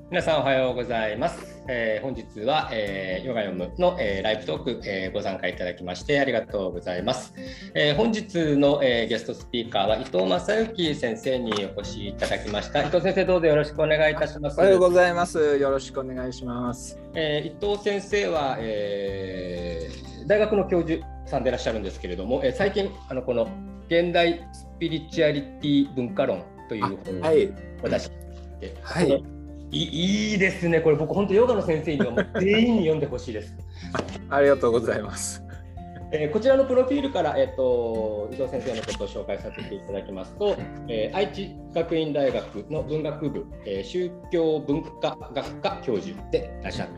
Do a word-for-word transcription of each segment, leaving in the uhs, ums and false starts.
皆さんおはようございます。えー、本日は、えー、ヨガヨムの、えー、ライブトーク、えー、ご参加いただきましてありがとうございます。えー、本日の、えー、ゲストスピーカーは伊藤正幸先生にお越しいただきました。伊藤先生、どうぞよろしくお願いいたします。 おはようございます。よろしくお願いします。 えー、伊藤先生は、えー、大学の教授さんでいらっしゃるんですけれども、えー、最近あのこの現代スピリチュアリティ文化論という本をお出しして、はい、い, いいですね。これ僕本当ヨガの先生にはもう全員に読んでほしいです。 あ, ありがとうございます。 えー、こちらのプロフィールから、えー、と伊藤先生のことを紹介させていただきますと、えー、愛知学院大学の文学部、えー、宗教文化学科教授でいらっしゃって、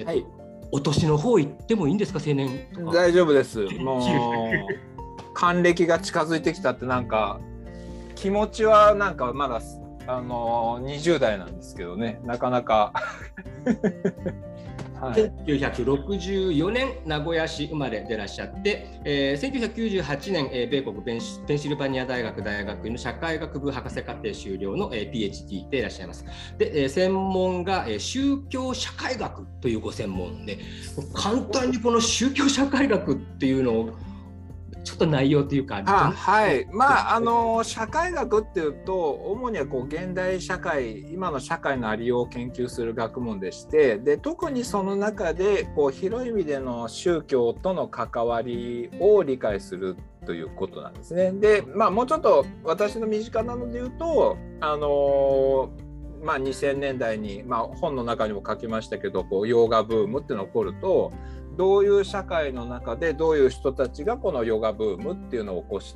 はい、お年の方行ってもいいんですか、青年とか。 大丈夫です。もう還暦が近づいてきたって、なんか気持ちはなんかまだあのにじゅう代なんですけどね、なかなか、 はい、せんきゅうひゃくろくじゅうよねん名古屋市生まれでいらっしゃって、えー、せんきゅうひゃくきゅうじゅうはちねん、えー、米国ペンシ、ペンシルバニア大学大学院の社会学部博士課程修了の、えー、ピーエイチディー でいらっしゃいます。で、えー、専門が、えー、宗教社会学というご専門で、簡単にこの宗教社会学っていうのをちょっと内容というか、 あ、はい、まああの社会学っていうと主にはこう現代社会、今の社会のありようを研究する学問でして、で特にその中でこう広い意味での宗教との関わりを理解するということなんですね。で、まあもうちょっと私の身近なので言うと、あのまあ、にせんねんだいに、まあ、本の中にも書きましたけど、こうヨガブームっていうのが起こると、どういう社会の中でどういう人たちがこのヨガブームっていうのを起こして、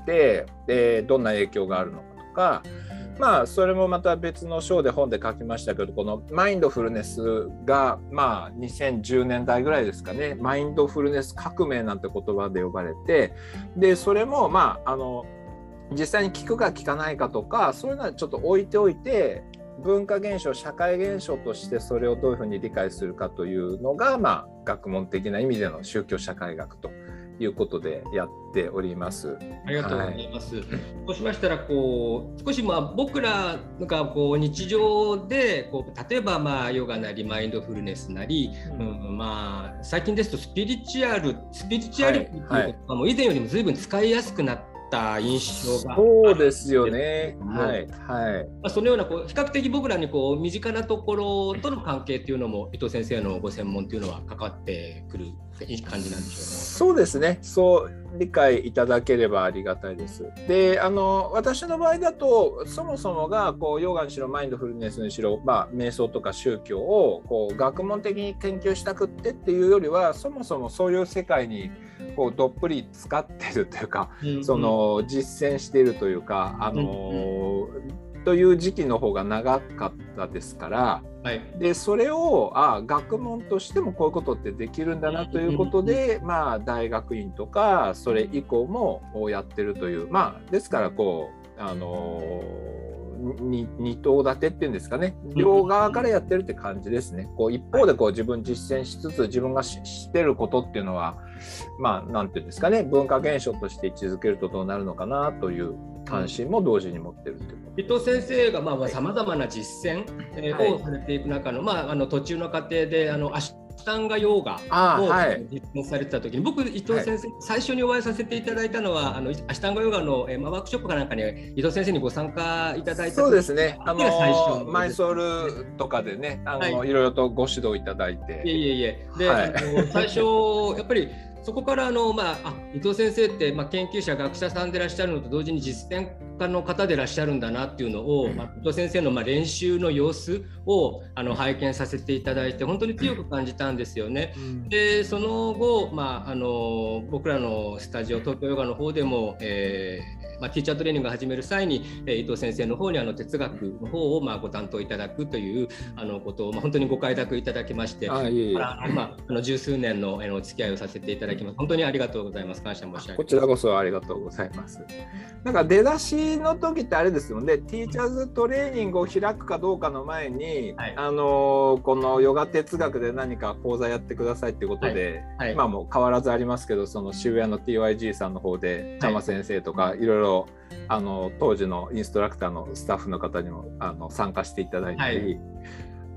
でどんな影響があるのかとか、まあそれもまた別の章で本で書きましたけど、このマインドフルネスがまあにせんじゅうねんだいぐらいですかね、マインドフルネス革命なんて言葉で呼ばれて、でそれもまああの実際に効くか効かないかとか、そういうのはちょっと置いておいて、文化現象、社会現象としてそれをどういうふうに理解するかというのが、まあ、学問的な意味での宗教社会学ということでやっております。 ありがとうございます。はい、そうしましたらこう少しまあ僕らがこう日常でこう例えばまあヨガなりマインドフルネスなり、うんうん、まあ最近ですとスピリチュアルスピリチュアリティという言葉も以前よりも随分使いやすくなって印象がそうですよね。はいはい。 まあ、そのようなこう比較的僕らにこう身近なところとの関係っていうのも伊藤先生のご専門っていうのは関わってくる感じなんでしょうね。 そうですね。そう理解いただければありがたいです。で、あの私の場合だとそもそもがこうヨガにしろマインドフルネスにしろ、まあ瞑想とか宗教をこう学問的に研究したくってっていうよりは、そもそもそういう世界にこうどっぷり使ってるというか、うんうん、その実践しているというか、あのうんうん、という時期の方が長かったですから、はい、でそれをあ学問としてもこういうことってできるんだなということで、うんうん、まあ、大学院とかそれ以降もやってるという、まあ、ですからこうあのに二頭立てっていうんですかね、両側からやってるって感じですね。こう一方でこう自分実践しつつ自分がしてることっていうのは、まあなんていうんですかね、文化現象として位置づけるとどうなるのかなという関心も同時に持ってるということ。 伊藤先生がまあさまざまな実践、えー、をされていく中の、まあ、あの途中の過程であのアシタンガヨガを実践されてた時に、僕伊藤先生、はい、最初にお会いさせていただいたのはあのアシタンガヨガの、えーまあ、ワークショップかなんかに伊藤先生にご参加いただいた。 そうですね、あのー、マイソールとかでね、あの、はい、いろいろとご指導いただいて、 いえいえいえで、はい、あの最初やっぱりそこからあの、まあ、あ伊藤先生って、まあ、研究者学者さんでいらっしゃるのと同時に実践家の方でいらっしゃるんだなっていうのを、まあ、伊藤先生のまあ練習の様子をあの拝見させていただいて本当に強く感じたんですよね。うん、でその後、まあ、あの僕らのスタジオ東京ヨガの方でも、えーまあ、ティーチャートレーニングが始める際に、えー、伊藤先生の方にあの哲学の方をまあご担当いただくというあのことを、まあ、本当にご快諾いただきまして、あいえいえあまあ、あの十数年のお付き合いをさせていただきます。本当にありがとうございます。感謝申し上げます。 こちらこそありがとうございます。なんか出だしの時ってあれですよね、ティーチャーズトレーニングを開くかどうかの前に、はい、あのこのヨガ哲学で何か講座やってくださいっていうことで、はいはい、今も変わらずありますけど、その渋谷の ティーワイジー さんの方で茶間先生とかいろいろあの当時のインストラクターのスタッフの方にもあの参加していただいたり、はい、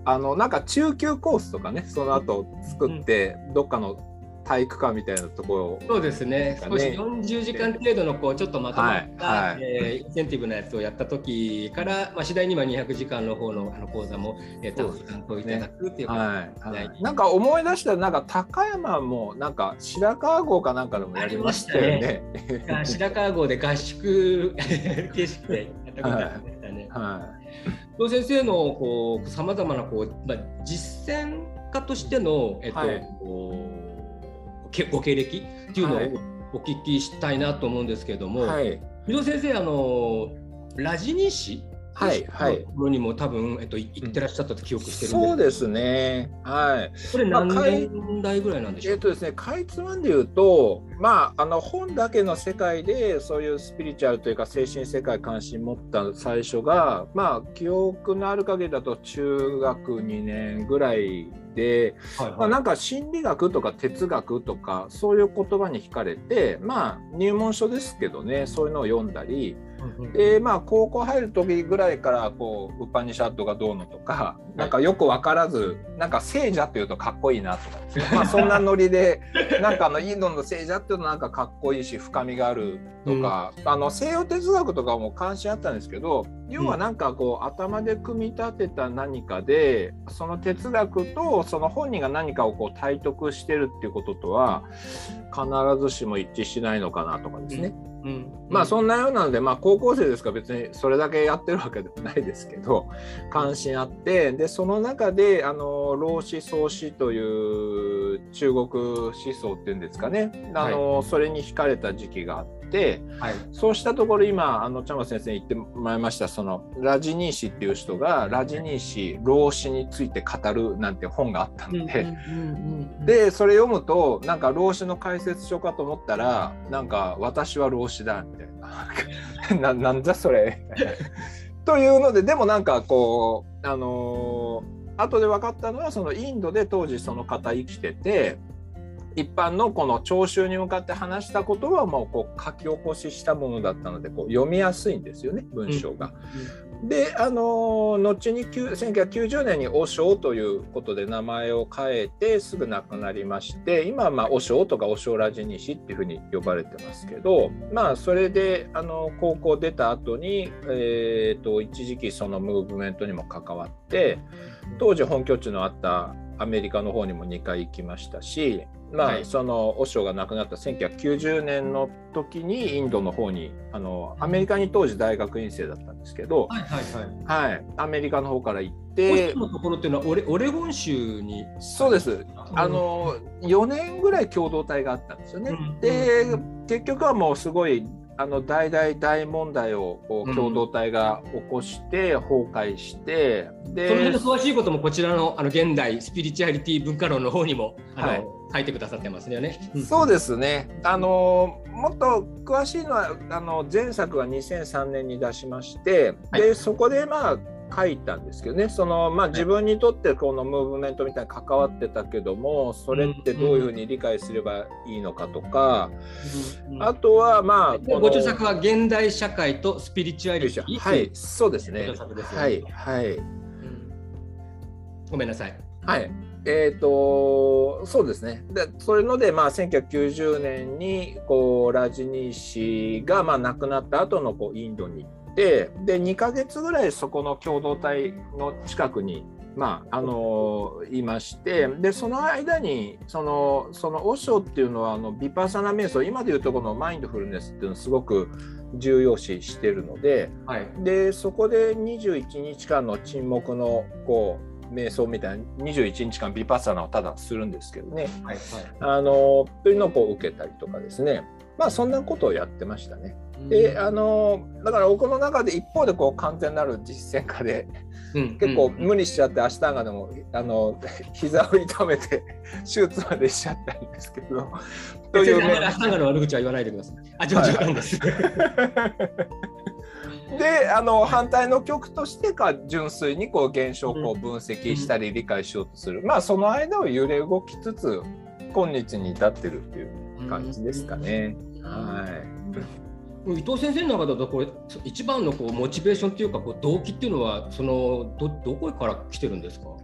あのなんか中級コースとかね、その後作って、うん、どっかの体育館みたいなところ、ね、 そうですね、少しよんじゅうじかん程度のこうちょっとまとまった、はいはい、えー、インセンティブなやつをやった時から、まあ、次第にはにひゃくじかんの方のあの講座も、えー、たくさんといただくっていうことで、ね、はいはい、なんか思い出したらなんか高山もなんか白川郷かなんかでもやりましたよね。 ね白川郷で合宿形式でやったことありましたね。はいはい、先生のさまざまなこう、まあ、実践家としての、えっと、はい、ご経歴っていうのをお聞きしたいなと思うんですけれども、はい、伊藤先生、あのラジニ市はいはい、 ところにも多分、えっと、行ってらっしゃったと記憶してるんです、 そうですね、はい、 これ何年代ぐらいなんでしょうか。 えっとですね、かいつまんで言うと、まあ、あの本だけの世界でそういうスピリチュアルというか精神世界関心持った最初が、まあ、記憶のある限りだと中学にねんぐらいで、はいはい、まあ、なんか心理学とか哲学とかそういう言葉に惹かれて、まあ、入門書ですけどね、そういうのを読んだり、でまあ、高校入る時ぐらいからこうウパニシャッドがどうのとか、なんかよく分からず、なんか聖者っていうとかっこいいなとかですね、まあ、そんなノリでなんかあのインドの聖者っていうのはなんかかっこいいし深みがあるとか、うん、あの西洋哲学とかも関心あったんですけど、要はなんかこう頭で組み立てた何かで、その哲学とその本人が何かをこう体得してるっていうこととは必ずしも一致しないのかなとかですね、うんうん、まあそんなようなので、まあ、高校生ですから別にそれだけやってるわけでもないですけど関心あって、でその中であの老子創子という中国思想っていうんですかね、あの、はい、それに惹かれた時期があって、はい、そうしたところ今あの茶間先生に言ってもらいましたそのラジニーシっていう人がラジニーシ老子について語るなんて本があったので、でそれ読むとなんか老子の解説書かと思ったらなんか私は老子だみたいなな, なんじゃそれというので、でもなんかこうあのー、後で分かったのはそのインドで当時その方生きてて、一般のこの聴衆に向かって話したことはもうこう書き起こししたものだったのでこう読みやすいんですよね、文章が。うんうん、で、あの後にせんきゅうひゃくきゅうじゅうねんに和尚ということで名前を変えてすぐ亡くなりまして、今はまあ和尚とか和尚ラジニシっていうふうに呼ばれてますけど、まあそれであの高校出た後に、えー、と一時期そのムーブメントにも関わって、当時本拠地のあったアメリカの方にもにかい行きましたし、まあ、はい、その和尚が亡くなったせんきゅうひゃくきゅうじゅうねんの時にインドの方にあのアメリカに当時大学院生だったんですけど、はいはいはいはい、アメリカの方から行って、 のところっていうのはオレ、オレゴン州に。 そうです。あのよねんぐらい共同体があったんですよね。うん、で、うん、結局はもうすごいあの大大大問題を共同体が起こして崩壊して、 うん、でその辺の詳しいこともこちらのあの現代スピリチュアリティ文化論の方にもあの、はい、書いてくださってますよね。 そうですね。あのもっと詳しいのはあの前作はにせんさんねんに出しまして、はい、でそこでまあ書いたんですけどね、その、まあ、自分にとってこのムーブメントみたいに関わってたけども、それってどういうふうに理解すればいいのかとか、うんうん、あとはまあご著作は現代社会とスピリチュアリティ。 はい、そうですね。はいはい、うん、 ごめんなさい。 はい。えーと、そうですね。でそれので、まあ、せんきゅうひゃくきゅうじゅうねんにこうラジニー氏がまあ亡くなった後のこうインドに行って、でにかげつぐらいそこの共同体の近くに、まあ、あのいまして、でその間にそのその和尚っていうのはあのヴィパッサナ瞑想、今でいうとこのマインドフルネスっていうのをすごく重要視しているので、はい、でそこでにじゅういちにちかんの沈黙のこう瞑想みたいなにじゅういちにちかんヴィパッサナをただするんですけどね、はいはい、あのというのをこう受けたりとかですね、まあそんなことをやってましたね。であのだから僕の中で一方でこう完全なる実践家で、うん、結構無理しちゃって明日がでもあの膝を痛めて手術までしちゃったんですけどというね、明日がの悪口は言わないでください。あ、冗談です。 であの反対の極としてか純粋にこう現象をこう分析したり理解しようとする、うん、まあその間を揺れ動きつつ今日に至ってるっていう感じですかね。うん、はい。 伊藤先生の中だとこれ一番のこうモチベーションっていうかこう動機っていうのはその ど, どこから来てるんですか？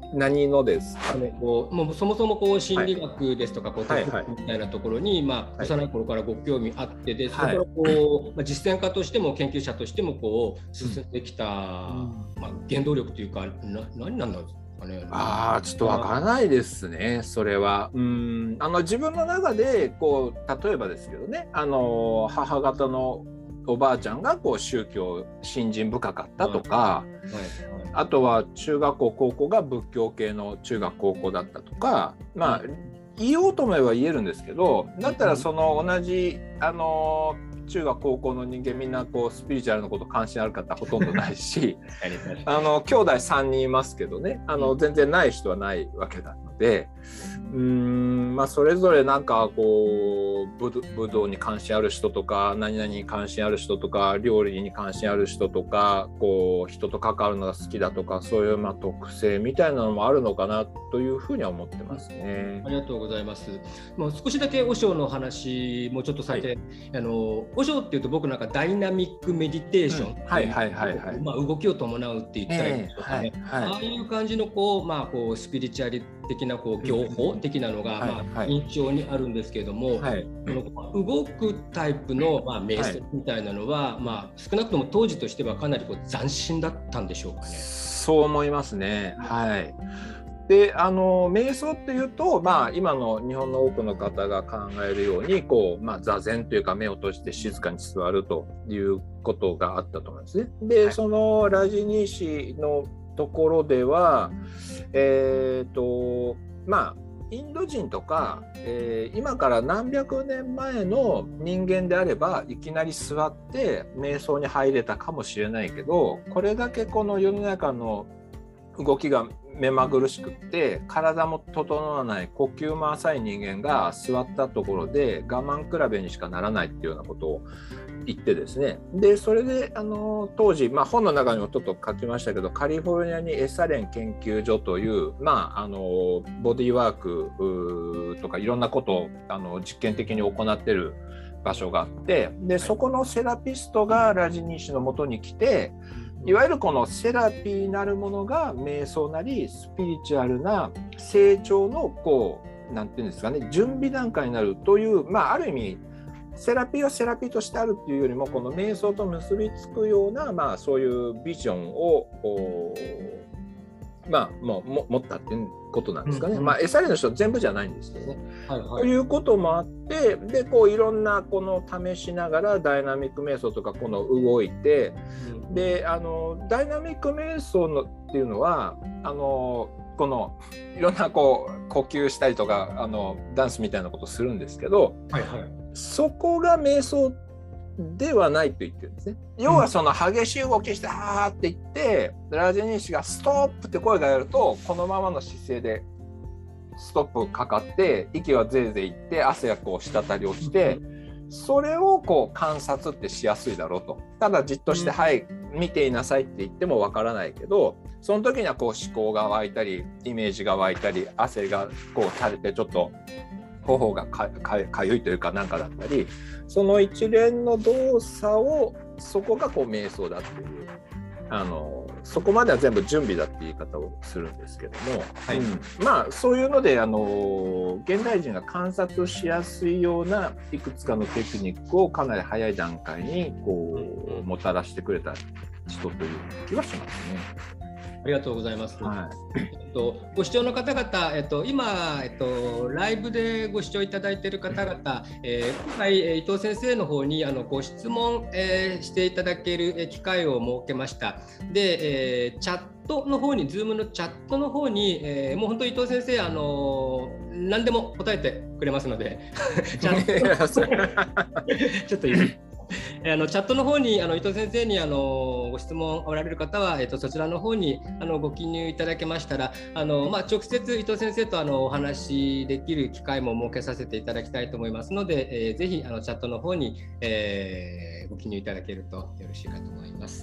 何のですかね。 こうもうそもそもこう心理学ですとか、こうはいはい、 みたいなところに、まあ、幼い頃からご興味あって、でそこからこう、 はいまあ、実践家としても研究者としてもこう進んできた、うんまあ、原動力というかな何なんですかね。 ああ、ちょっとわからないですね、それは。うんあの自分の中でこう例えばですけどね、あの母方のおばあちゃんがこう宗教信心深かったとか、はいはいはい、あとは中学校高校が仏教系の中学高校だったとか、まあ、うん、言おうと思えば言えるんですけど、だったらその同じあの中学高校の人間みんなこうスピリチュアルのこと関心ある方ほとんどないしあの兄弟さんにんいますけどね、あの全然ない人はないわけなので、うーん、まあ、それぞれなんかこう武道に関心ある人とか何々に関心ある人とか料理に関心ある人とかこう人と関わるのが好きだとかそういうまあ特性みたいなのもあるのかなというふうには思ってますね。 ありがとうございます。もう少しだけ和尚の話もうちょっとさて、はい、あの和尚っていうと僕なんかダイナミックメディテーション、うん、はいはいはいはい、まあ、動きを伴うって言ったりとかね、えーはいはい、ああいう感じのこう、まあ、こうスピリチュアル的なこう業法的なのが、まあはいはい、印象にあるんですけれども、はい、この動くタイプの、まあ、瞑想みたいなのは、はいまあ、少なくとも当時としてはかなりこう斬新だったんでしょうかね。 そう思いますね。はい。であの瞑想っていうと、まあ、今の日本の多くの方が考えるようにこう、まあ、座禅というか目を閉じて静かに座るということがあったと思うんですね。で、はい、そのラジニーシのところではえっとまあインド人とか、えー、今から何百年前の人間であればいきなり座って瞑想に入れたかもしれないけど、これだけこの世の中の動きが目まぐるしくって体も整わない呼吸も浅い人間が座ったところで我慢比べにしかならないっていうようなことを言ってですね、でそれであの当時、まあ、本の中にもちょっと書きましたけどカリフォルニアにエサレン研究所という、まあ、あのボディーワークとかいろんなことをあの実験的に行ってる場所があって、でそこのセラピストがラジニーシのもとに来て、いわゆるこのセラピーなるものが瞑想なりスピリチュアルな成長のこうなんていうんですかね、準備段階になるという、まあ、ある意味セラピーはセラピーとしてあるっていうよりもこの瞑想と結びつくような、まあ、そういうビジョンをまあ、もうも持ったっていうことなんですかね。うんうん、まあ、エサレの人全部じゃないんですけどね。はいはい、ということもあってでこういろんなこの試しながらダイナミック瞑想とかこの動いて、うん、であのダイナミック瞑想のっていうのはあのこのいろんなこう呼吸したりとかあのダンスみたいなことをするんですけど、はいはい、そこが瞑想ではないと言ってるんですね。要はその激しい動きしてはーって言ってラジニーシがストップって声がやるとこのままの姿勢でストップかかって息はぜいぜいいって汗がこう滴り落ちて、それをこう観察ってしやすいだろうと。ただじっとして、うん、はい見ていなさいって言ってもわからないけど、その時にはこう思考が湧いたりイメージが湧いたり汗がこう垂れてちょっと頬がか, か, かゆいというかなんかだったり、その一連の動作をそこがこう瞑想だっていう、あのそこまでは全部準備だって言い方をするんですけども、はいうん、まあそういうのであの現代人が観察しやすいようないくつかのテクニックをかなり早い段階にこうもたらしてくれた人という気はしますね。 ありがとうございます。はい、えっと、ご視聴の方々、えっと、今、えっと、ライブでご視聴いただいている方々、えー、今回伊藤先生の方にあのご質問、えー、していただける機会を設けました。で、えー、チャットの方に、Zoom のチャットの方に、えー、もう本当伊藤先生、あのー、何でも答えてくれますので、チャットちょっといいですか。あのチャットの方にあの伊藤先生にあのご質問おられる方は、えっと、そちらの方にあのご記入いただけましたらあの、まあ、直接伊藤先生とあのお話しできる機会も設けさせていただきたいと思いますので、えー、ぜひあのチャットの方に、えー、ご記入いただけるとよろしいかと思います。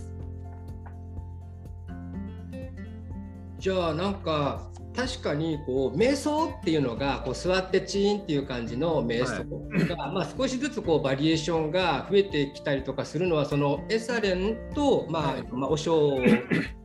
じゃあなんか確かにこう瞑想っていうのがこう座ってチーンっていう感じの瞑想が、はいまあ、少しずつこうバリエーションが増えてきたりとかするのはそのエサレンと、まあはいまあ、和尚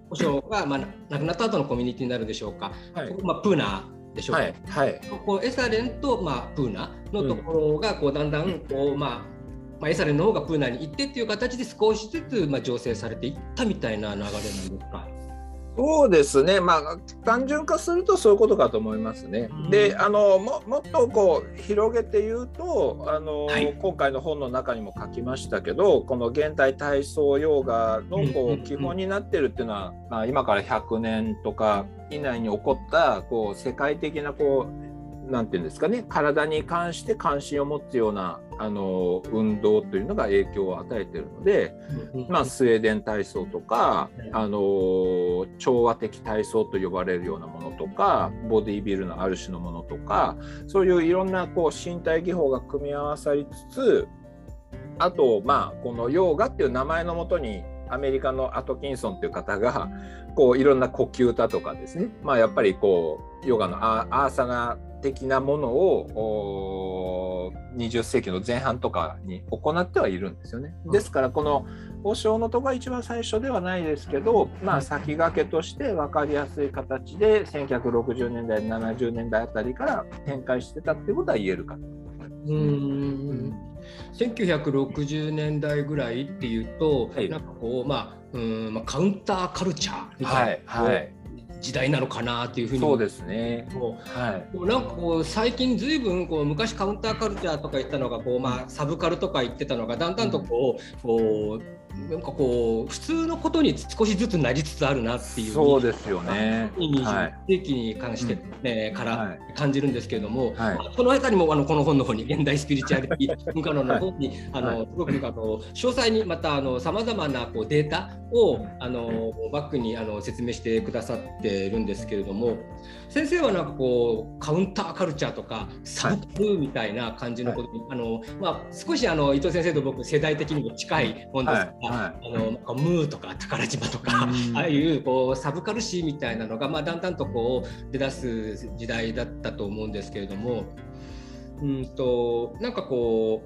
和尚が、まあ、亡くなった後のコミュニティになるでしょうか、はい、まあ、プーナーでしょうか、はいはい、こうエサレンと、まあ、プーナのところがこうだんだんこう、まあまあ、エサレンの方がプーナに行ってっていう形で少しずつ、まあ、醸成されていったみたいな流れなんですか。 そうですね、まあ、単純化するとそういうことかと思いますね。うん、であの も, もっとこう広げて言うとあの、はい、今回の本の中にも書きましたけど、この現代体操ヨガのこう基本になってるっていうのは、まあ、今からひゃくねんとか以内に起こったこう世界的なこうなんていうんですかね、体に関して関心を持つようなあの運動というのが影響を与えているので、まあ、スウェーデン体操とかあの調和的体操と呼ばれるようなものとかボディービルのある種のものとか、そういういろんなこう身体技法が組み合わさりつつ、あとまあこのヨーガっていう名前のもとにアメリカのアトキンソンという方がこういろんな呼吸歌とかですね、まあ、やっぱりこうヨガのアーサナ的なものをにじゅっ世紀の前半とかに行ってはいるんですよね。ですからこの和尚のとこが一番最初ではないですけど、まあ、先駆けとして分かりやすい形でせんきゅうひゃくろくじゅうねんだいななじゅうねんだいあたりから展開してたっていうことは言えるかと思います。うーん、 せんきゅうひゃくろくじゅうねんだいぐらいっていうと、はい、なんかこう、まあうん、まあ、カウンターカルチャーみたいな、はいはい、時代なのかなっていうふうに。 そうですね。 はい、なんかこう最近ずいぶんこう昔カウンターカルチャーとか言ったのがこう、まあ、サブカルとか言ってたのがだんだんとこう、こうなんかこう普通のことに少しずつなりつつあるなっていう。 そうですよね。 にじゅっ世紀に関して、ね、うん、から感じるんですけれども、はい、この辺りもあのこの本の方に現代スピリチュアリティ文化論の方に、はい、あのすごくあの詳細にまたさまざまなこうデータをあのバックにあの説明してくださっているんですけれども、先生はなんかこうカウンターカルチャーとかサブカルみたいな感じのことに、はい、あのまあ、少しあの伊藤先生と僕世代的にも近い本ですが、はいはい、あのムーとか宝島とか、ああいうこうサブカル誌みたいなのが、まあ、だんだんとこう出だす時代だったと思うんですけれども、うんとなんかこ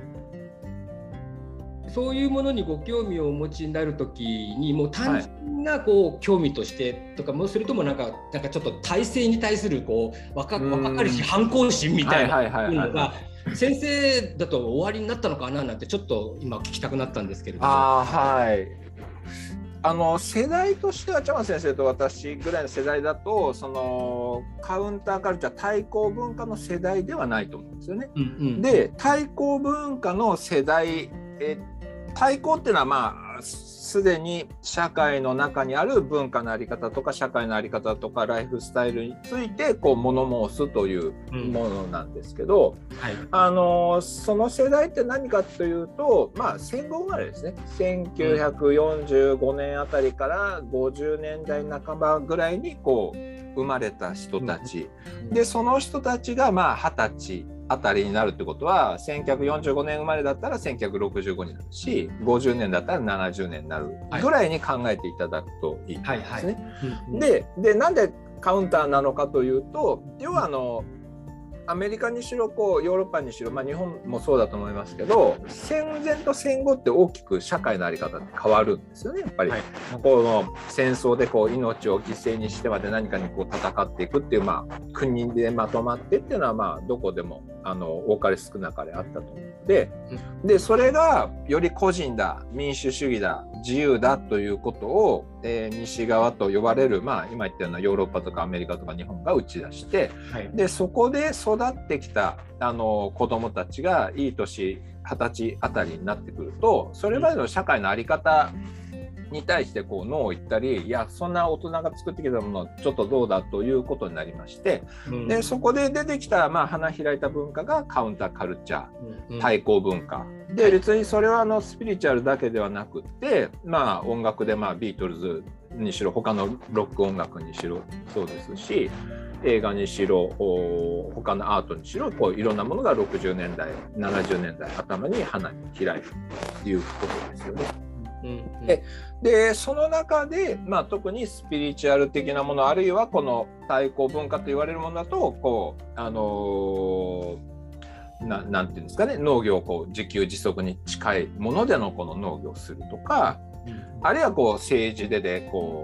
うそういうものにご興味をお持ちになるときにもう単純なこう興味としてとか、もうそれともなんかなんかちょっと体制に対するこう若かりし反抗心みたいなのが先生だと終わりになったのかななんてちょっと今聞きたくなったんですけれども。 あ、はい、あの世代としては茶間先生と私ぐらいの世代だとそのカウンターカルチャー対抗文化の世代ではないと思うんですよね。うんうん、で対抗文化の世代、え対抗っていうのはまあすでに社会の中にある文化の在り方とか社会の在り方とかライフスタイルについてこう物申すというものなんですけど、うん、はい、あのその世代って何かというと、まあ、戦後生まれですね。せんきゅうひゃくよんじゅうごねんあたりからごじゅうねんだいなかばぐらいにこう生まれた人たち、うん、でその人たちがまあはたちあたりになるってことはせんきゅうひゃくよんじゅうごねん生まれだったらせんきゅうひゃくろくじゅうごになるし、ごじゅうねんだったらななじゅうねんになるぐらいに考えていただくといいと思うんですね。で、でなんでカウンターなのかというと、要はあのアメリカにしろこうヨーロッパにしろ、まあ、日本もそうだと思いますけど、戦前と戦後って大きく社会の在り方って変わるんですよね。やっぱり、はい、この戦争でこう命を犠牲にしてまで何かにこう戦っていくっていう、まあ、国でまとまってっていうのはまあどこでもあの多かれ少なかれあったと思うので、でそれがより個人だ、民主主義だ、自由だということを、えー、西側と呼ばれる、まあ、今言ったようなヨーロッパとかアメリカとか日本が打ち出して、はい、でそこで育ってきたあの子どもたちがいい年はたちあたりになってくると、それまでの社会の在り方に対してこうノーを言ったり、いやそんな大人が作ってきたものちょっとどうだということになりまして、うん、でそこで出てきた、まあ、花開いた文化がカウンターカルチャー、うん、対抗文化で、別にそれはあのスピリチュアルだけではなくって、まあ、音楽でまあビートルズにしろ他のロック音楽にしろそうですし、映画にしろ他のアートにしろこういろんなものがろくじゅうねんだいななじゅうねんだい頭に花開いたということですよね。うんうん、で, でその中で、まあ、特にスピリチュアル的なもの、あるいはこの対抗文化と言われるものだとこう、あのー、な, なんていうんですかね、農業をこう自給自足に近いものでのこの農業をするとか、うん、あるいはこう政治ででこう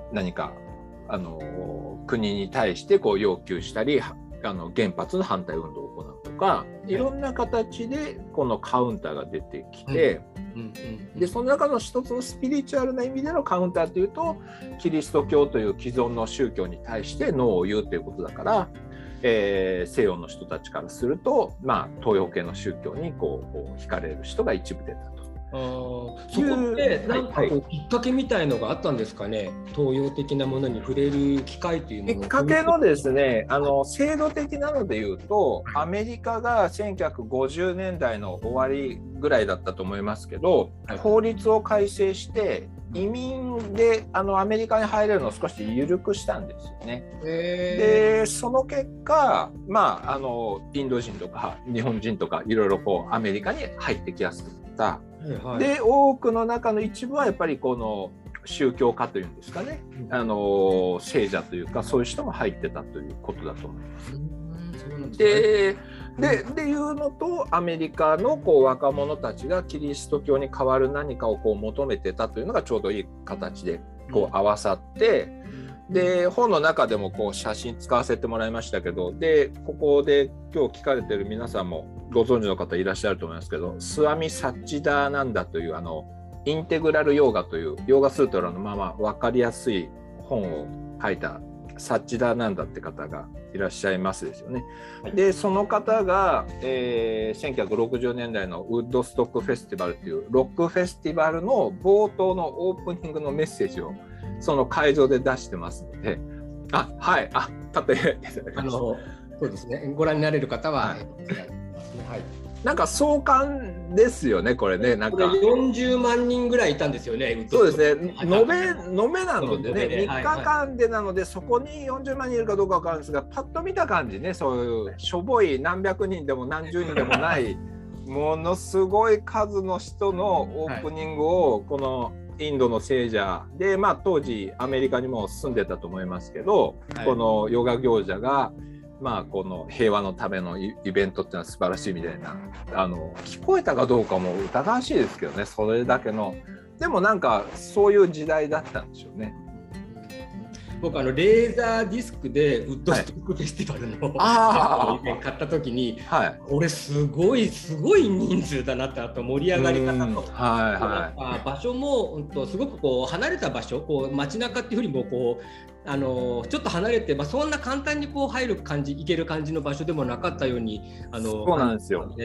何かあの国に対してこう要求したり、あの原発の反対運動を行うとか、いろんな形でこのカウンターが出てきて、でその中の一つのスピリチュアルな意味でのカウンターというと、キリスト教という既存の宗教に対してノーを言うということだから、えー、西洋の人たちからすると、まあ、東洋系の宗教にこうこう惹かれる人が一部出たと。 あそこってなんかこうきっかけみたいのがあったんですかね、東洋的なものに触れる機会というもの。 きっかけのですね、あの制度的なのでいうと、アメリカがせんきゅうひゃくごじゅうねんだいの終わりぐらいだったと思いますけど、法律を改正して移民であのアメリカに入れるのを少し緩くしたんですよね。でその結果、まあ、あのインド人とか日本人とかいろいろこうアメリカに入ってきやすくなった。はい、で多くの中の一部はやっぱりこの宗教家というんですかね、うん、あの聖者というかそういう人も入ってたということだと思います。うん、でででいうのと、アメリカのこう若者たちがキリスト教に代わる何かをこう求めてたというのがちょうどいい形でこう合わさって、うん、で本の中でもこう写真使わせてもらいましたけど、でここで今日聞かれてる皆さんもご存知の方いらっしゃると思いますけど、スワミ・サッチダーナンダというあのインテグラルヨーガというヨーガスートラのまま分かりやすい本を書いたサッチダーナンダって方がいらっしゃいますですよね。でその方が、えー、せんきゅうひゃくろくじゅうねんだいのウッドストックフェスティバルというロックフェスティバルの冒頭のオープニングのメッセージをその会場で出してますので、あはいあ立ってあのそうですね、ご覧になれる方は、はいはい、なんか壮観ですよねこれね。なんかよんじゅうまんにんぐらいいたんですよね。 そうですね、延べ延べなのでね、みっかかんでなので、そこによんじゅうまんにんいるかどうかわかるんですが、パッと見た感じね、そういうしょぼい何百人でも何十人でもないものすごい数の人のオープニングをこのインドの聖者で、まあ当時アメリカにも住んでたと思いますけど、はい、このヨガ行者がまあ、この平和のためのイベントっていうのは素晴らしいみたいな、あの聞こえたかどうかも疑わしいですけどね、それだけの。でもなんかそういう時代だったんでしょうね。 僕あのレーザーディスクでウッドストックフェスティバルの、はい、買った時に、はい、これすごいすごい人数だなって、あと盛り上がり方と、はいはい、場所もすごくこう離れた場所、こう街中っていうよりもこうあのちょっと離れて、まあ、そんな簡単にこう入る感じ、行ける感じの場所でもなかったように、あのそうなんですよ、うん、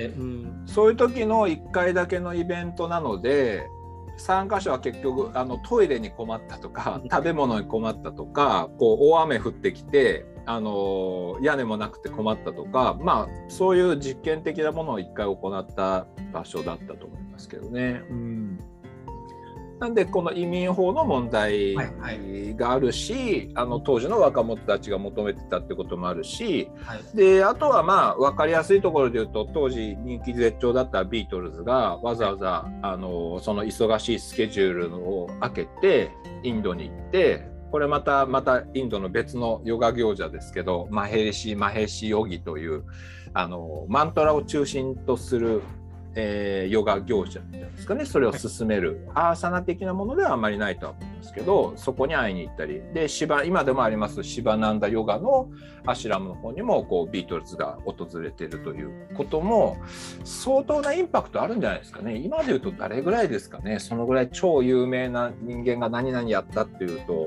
そういう時のいっかいだけのイベントなので、参加者は結局あのトイレに困ったとか食べ物に困ったとか、こう大雨降ってきてあの屋根もなくて困ったとか、まあそういう実験的なものをいっかい行った場所だったと思いますけどね。うん、なんでこの移民法の問題があるし、はいはい、あの当時の若者たちが求めてたってこともあるし、はい、であとはまあ分かりやすいところで言うと、当時人気絶頂だったビートルズがわざわざあのその忙しいスケジュールを空けてインドに行って、これまたまたインドの別のヨガ行者ですけど、マヘリシ・マヘシヨギというあのマントラを中心とするえー、ヨガ業者っていうんですかね、それを進めるアーサナ的なものではあまりないとは思うんですけど、そこに会いに行ったりで、シバ今でもありますシバナンダヨガのアシュラムの方にもこうビートルズが訪れているということも相当なインパクトあるんじゃないですかね。今でいうと誰ぐらいですかね、そのぐらい超有名な人間が何々やったっていうと、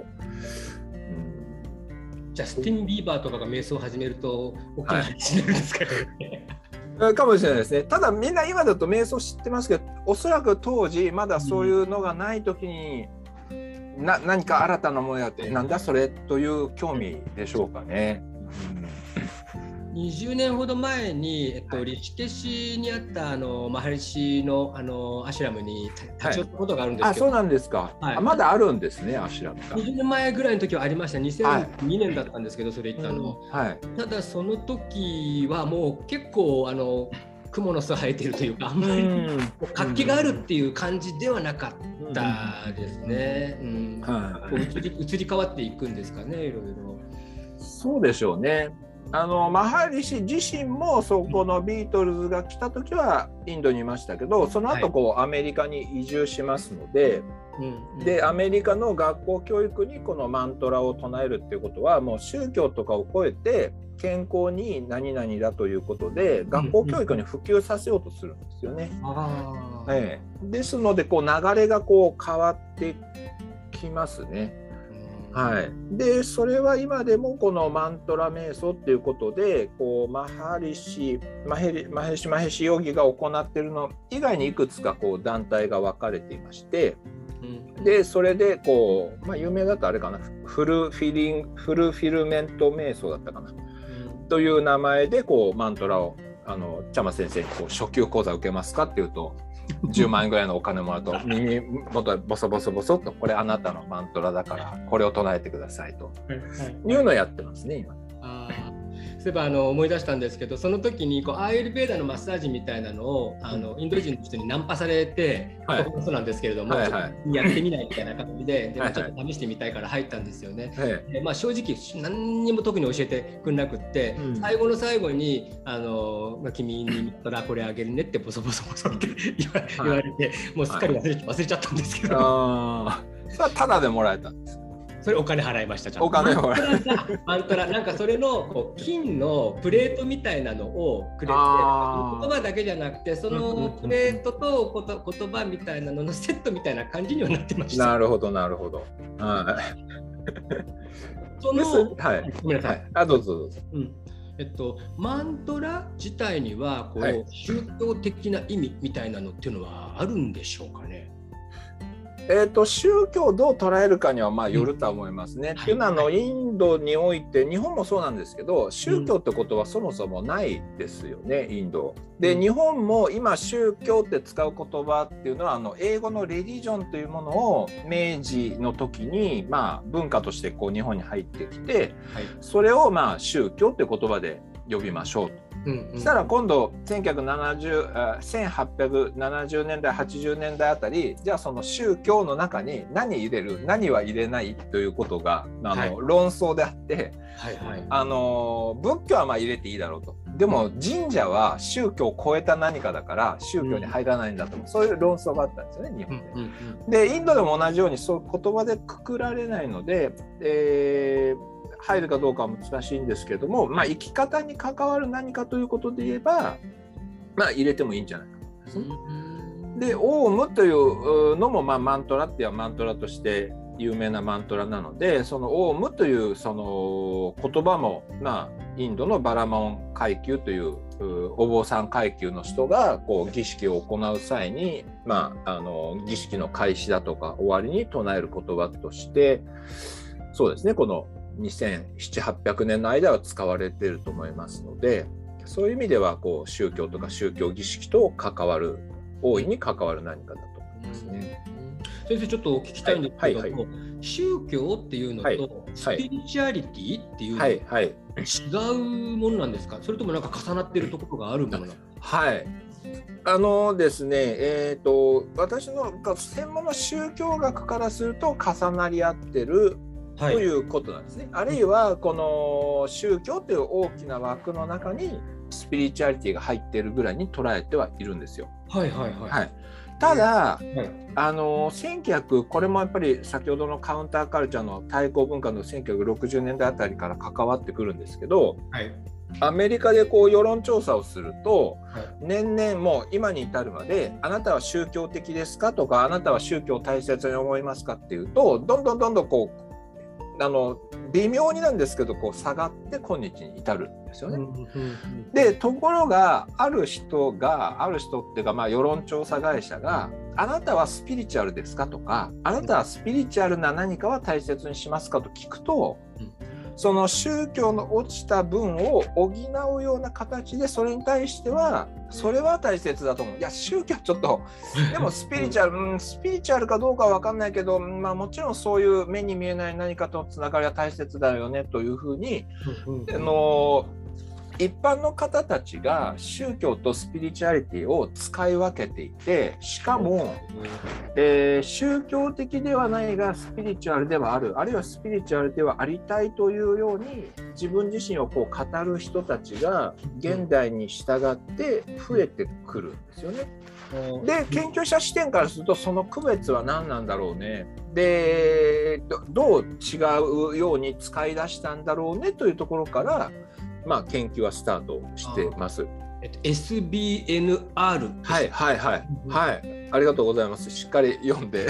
うん、ジャスティン・ビーバーとかが瞑想を始めると大きな話になるんですかね。 はい、かもしれないですね。ただみんな今だと瞑想知ってますけど、おそらく当時まだそういうのがない時に、うん、な何か新たなものやってなんだそれという興味でしょうかね。 うん、にじゅうねんほど前に、えっと、リシケシにあったあのマハリシの、あのアシュラムに立ち寄ったことがあるんですけど、 はい、あ、そうなんですか、はい、あまだあるんですね、アシュラムが。 にじゅうねんまえぐらいの時はありました。にせんにねんだったんですけど、はい、それ行ったの、 うんはい、 ただその時はもう結構あの蜘蛛の巣生えてるというか、あんまり活気があるっていう感じではなかったですね。うんうんはい、移り、移り変わっていくんですかね、いろいろ。 そうでしょうね。 あのマハリシ自身もそこのビートルズが来た時はインドにいましたけど、その後こうアメリカに移住しますので、はい、でアメリカの学校教育にこのマントラを唱えるっていうことはもう宗教とかを超えて健康に何々だということで学校教育に普及させようとするんですよね。あ、ええ、ですのでこう流れがこう変わってきますね。はい、でそれは今でもこのマントラ瞑想っていうことでこうマハリシマヘリマヘシマヘシヨギが行っているの以外にいくつかこう団体が分かれていまして、うん、でそれでこう、まあ、有名だとあれかなフルフィリンフルフィルメント瞑想だったかな、うん、という名前でこうマントラをあのチャマ先生にこう初級講座受けますかっていうとじゅうまんえんぐらいのお金もらうと耳元ボソボソボソっとこれあなたのマントラだからこれを唱えてくださいというのをやってますね今。 あそういえばあの思い出したんですけど、その時にこうアーユルヴェーダのマッサージみたいなのをあのインド人の人にナンパされて、はい、そうなんですけれども、はいはい、やってみないみたいな感じで、でもちょっと試してみたいから入ったんですよね。はい、でまあ、正直何にも特に教えてくれなくって、うん、最後の最後にあの、まあ、君に言ったらこれあげるねってボソボソボソって言わ、はい、言われて、もうすっかり忘れ、はい、忘れちゃったんですけど。 あそれはタダでもらえたんです。 それお金払いました。ちゃんとお金払いマントラなんかそれのこう金のプレートみたいなのをくれて、言葉だけじゃなくてそのプレートとこと言葉みたいなののセットみたいな感じにはなってました。 なるほどなるほど。はい。 そのはい。 ごめんなさい。はい、 あどうぞどうぞ。うん。 えっと、マントラ自体にはこう、はい、宗教的な意味みたいなのっていうのはあるんでしょうかね。 えー、と宗教をどう捉えるかにはまあよると思いますね。うん、っていうのはあのインドにおいて日本もそうなんですけど宗教ってことはそもそもないですよね、インド。で、うん、日本も今宗教って使う言葉っていうのはあの英語のレディジョンというものを明治の時にまあ文化としてこう日本に入ってきて、はい、それをまあ宗教って言葉で呼びましょうと。うんうん、そしたら今度せんきゅうひゃくななじゅう、せんはっぴゃくななじゅうねんだいはちじゅうねんだいあたりじゃあその宗教の中に何入れる何は入れないということがあの、はい、論争であって、はいはい、あの仏教はまあ入れていいだろうと。でも神社は宗教を超えた何かだから宗教に入らないんだと、うん、そういう論争があったんですよね日本で、うんうんうん、でインドでも同じようにそういう言葉でくくられないので、えー入るかどうかは難しいんですけども、まあ、生き方に関わる何かということで言えば、まあ、入れてもいいんじゃないかと思いますね。で、オウムというのも、まあ、マントラっていうマントラとして有名なマントラなので、そのオウムというその言葉も、まあ、インドのバラモン階級というお坊さん階級の人がこう儀式を行う際に、まあ、あの儀式の開始だとか終わりに唱える言葉としてそうですねこのにせんななひゃくはっぴゃくねんの間は使われていると思いますので、そういう意味ではこう宗教とか宗教儀式と関わる大いに関わる何かだと思いますね。 先生ちょっとお聞きしたいんですけど、はいはいはい、宗教っていうのと、はい、スピリチュアリティっていうのは違うものなんですか、それともなんか重なっているところがあるものなのか。 はいあのですね、えーと、私の専門の宗教学からすると重なり合ってるということなんですね。はい、あるいはこの宗教という大きな枠の中にスピリチュアリティが入っているぐらいに捉えてはいるんですよ。 はいはいはい。はい、 ただ、はい、あのせんきゅうひゃくこれもやっぱり先ほどのカウンターカルチャーの対抗文化のせんきゅうひゃくろくじゅうねんだいあたりから関わってくるんですけど、はい、アメリカでこう世論調査をすると、はい、年々もう今に至るまであなたは宗教的ですかとかあなたは宗教を大切に思いますかっていうとどんどんどんどんこうあの微妙になんですけどこう下がって今日に至るんですよね。うんうんうん、でところがある人がある人っていうかまあ世論調査会社があなたはスピリチュアルですかとかあなたはスピリチュアルな何かは大切にしますかと聞くと、うんその宗教の落ちた分を補うような形でそれに対してはそれは大切だと思う。いや宗教ちょっとでもスピリチュアル、うん、スピリチュアルかどうかは分かんないけど、まあ、もちろんそういう目に見えない何かとのつながりは大切だよねというふうに、あの一般の方たちが宗教とスピリチュアリティを使い分けていて、しかも、えー、宗教的ではないがスピリチュアルではある、あるいはスピリチュアルではありたいというように自分自身をこう語る人たちが現代に従って増えてくるんですよね。で、研究者視点からするとその区別は何なんだろうね、で ど, どう違うように使い出したんだろうねというところから、まあ、研究はスタートしてます。 えっと、エスビーエヌアールはいはいはい、はい、ありがとうございます。しっかり読んで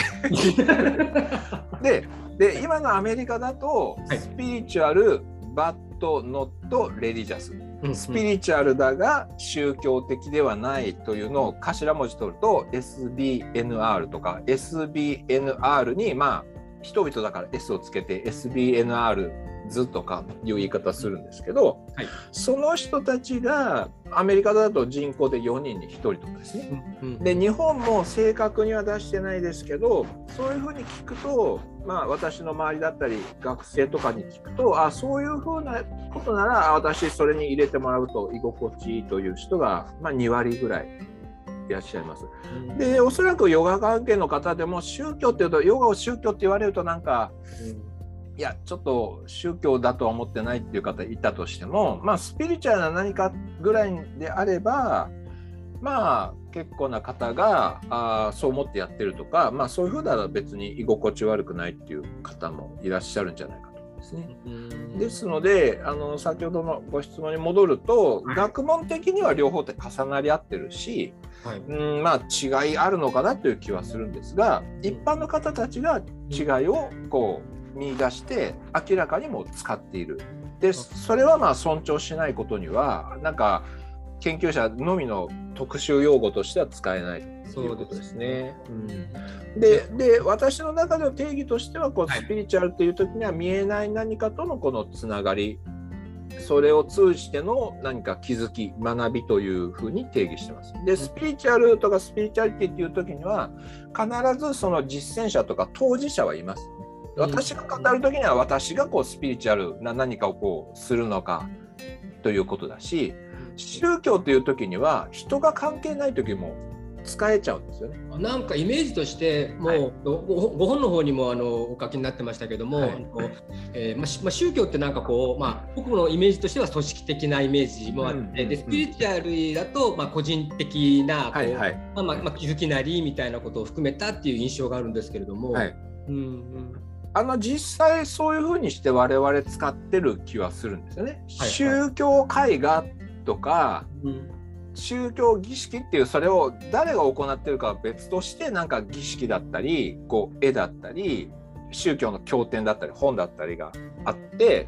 で, で今のアメリカだと、はい、スピリチュアルバットノットレリジャス、スピリチュアルだが宗教的ではないというのを頭文字取ると エスビーエヌアール とか エスビーエヌアール にまあ人々だから S をつけて エスビーエヌアール 図とかいう言い方するんですけど、はい、その人たちがアメリカだと人口でよにんにひとりとかですね、うんうん、で日本も正確には出してないですけど、そういうふうに聞くと、まあ、私の周りだったり学生とかに聞くと、あ、そういうふうなことなら私それに入れてもらうと居心地いいという人が、まあ、にわりぐらいいらっしゃいます。で、おそらくヨガ関係の方でも宗教っていうと、ヨガを宗教って言われるとなんか、うんいやちょっと宗教だとは思ってないっていう方いたとしても、まあスピリチュアルな何かぐらいであれば、まあ結構な方があそう思ってやってるとか、まあそういうふうなら別に居心地悪くないっていう方もいらっしゃるんじゃないかと思うんですね。ですので、あの先ほどのご質問に戻ると、はい、学問的には両方って重なり合ってるし、はい、うんまあ違いあるのかなという気はするんですが、一般の方たちが違いをこう見出して明らかにも使っている。でそれはまあ尊重しないことにはなんか研究者のみの特殊用語としては使えないということですね。うん、で, で私の中での定義としてはこうスピリチュアルという時には見えない何かとのこのつながり、それを通じての何か気づき学びというふうに定義してます。でスピリチュアルとかスピリチュアリティっていう時には必ずその実践者とか当事者はいます。私が語る時には私がこうスピリチュアルな何かをこうするのかということだし、宗教という時には人が関係ない時も使えちゃうんですよね。 なんかイメージとしてもう、はい、ご, ご本の方にもあのお書きになってましたけども、はい、えーまあ、宗教ってなんかこう、まあ、僕のイメージとしては組織的なイメージもあって、うん、でスピリチュアルだと、まあ、個人的なこう、はいはい、まあまあ、気づきなりみたいなことを含めたっていう印象があるんですけれども、はい、うんうんあの実際そういうふうにして我々使ってる気はするんですよね。はいはい、宗教絵画とか、うん、宗教儀式っていうそれを誰が行ってるかは別としてなんか儀式だったりこう絵だったり宗教の経典だったり本だったりがあって、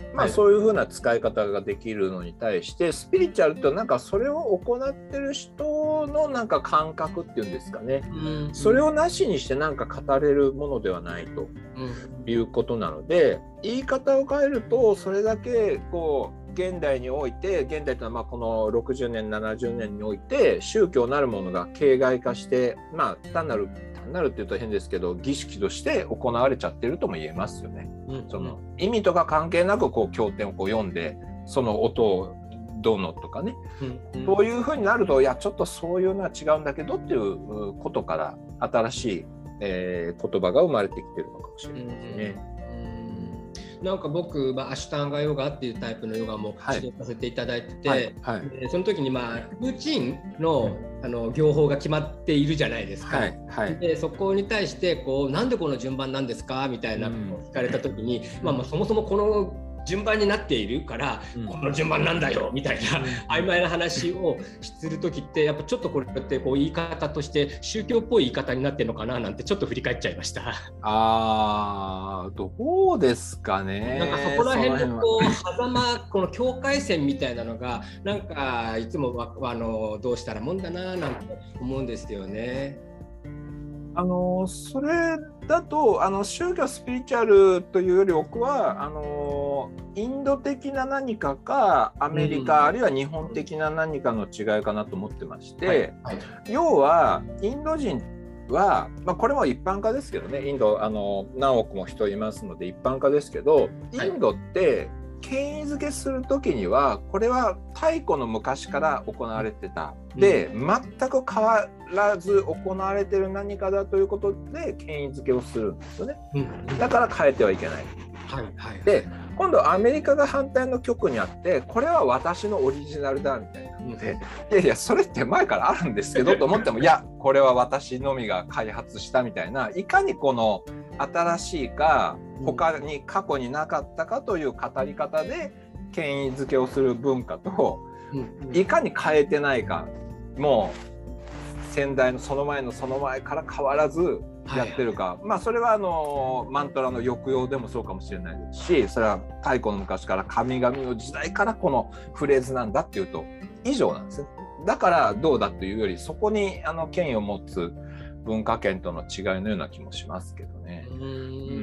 まあ、そういうふうな使い方ができるのに対してスピリチュアルってなんかそれを行ってる人のなんか感覚っていうんですかね、うん、それをなしにしてなんか語れるものではないということなので、言い方を変えるとそれだけこう現代において現代というのはまあこのろくじゅうねんななじゅうねんにおいて宗教なるものが形骸化してまあ単なるなるっていうと変ですけど儀式として行われちゃってるとも言えますよね。うん、その意味とか関係なくこう経典をこう読んでその音をどうのとかね、うんうん、そういうふうになるといやちょっとそういうのは違うんだけどっていうことから新しい、えー、言葉が生まれてきてるのかもしれないですね。うんなんか僕、まあ、アシュタンガヨガっていうタイプのヨガも指導させていただいてて、はいはいはい、その時に、まあ、ルーチン の, あの行法が決まっているじゃないですか、はいはい、でそこに対してこうなんでこの順番なんですかみたいなことを聞かれた時に、うんまあ、まあそもそもこの順番になっているから、うん、この順番なんだよみたいな、うん、曖昧な話をするときってやっぱちょっとこれってこう言い方として宗教っぽい言い方になってるのかななんてちょっと振り返っちゃいました。 あーどうですかね。 なんかそこら辺のこう狭間この境界線みたいなのがなんかいつもあのどうしたらもんだななんて思うんですよね。 あのそれだとあの宗教スピリチュアルというより僕はあのインド的な何かかアメリカ、うん、あるいは日本的な何かの違いかなと思ってまして、はいはい、要はインド人は、まあ、これも一般化ですけどねインドあの何億も人いますので一般化ですけどインドって、はい権威づけする時にはこれは太古の昔から行われてた、で全く変わらず行われてる何かだということで権威づけをするんですよね。だから変えてはいけない。 はいはい、 で今度アメリカが反対の極にあって、これは私のオリジナルだみたいなので、いやいやそれって前からあるんですけどと思っても、いやこれは私のみが開発したみたいな、いかにこの新しいか他に過去になかったかという語り方で権威づけをする文化と、いかに変えてないか、もう先代のその前のその前から変わらずやってるか、はいはい、まあそれはあのマントラの抑揚でもそうかもしれないですし、それは太古の昔から神々の時代からこのフレーズなんだっていうと以上なんですね。だからどうだというより、そこにあの権威を持つ文化圏との違いのような気もしますけどね。うん、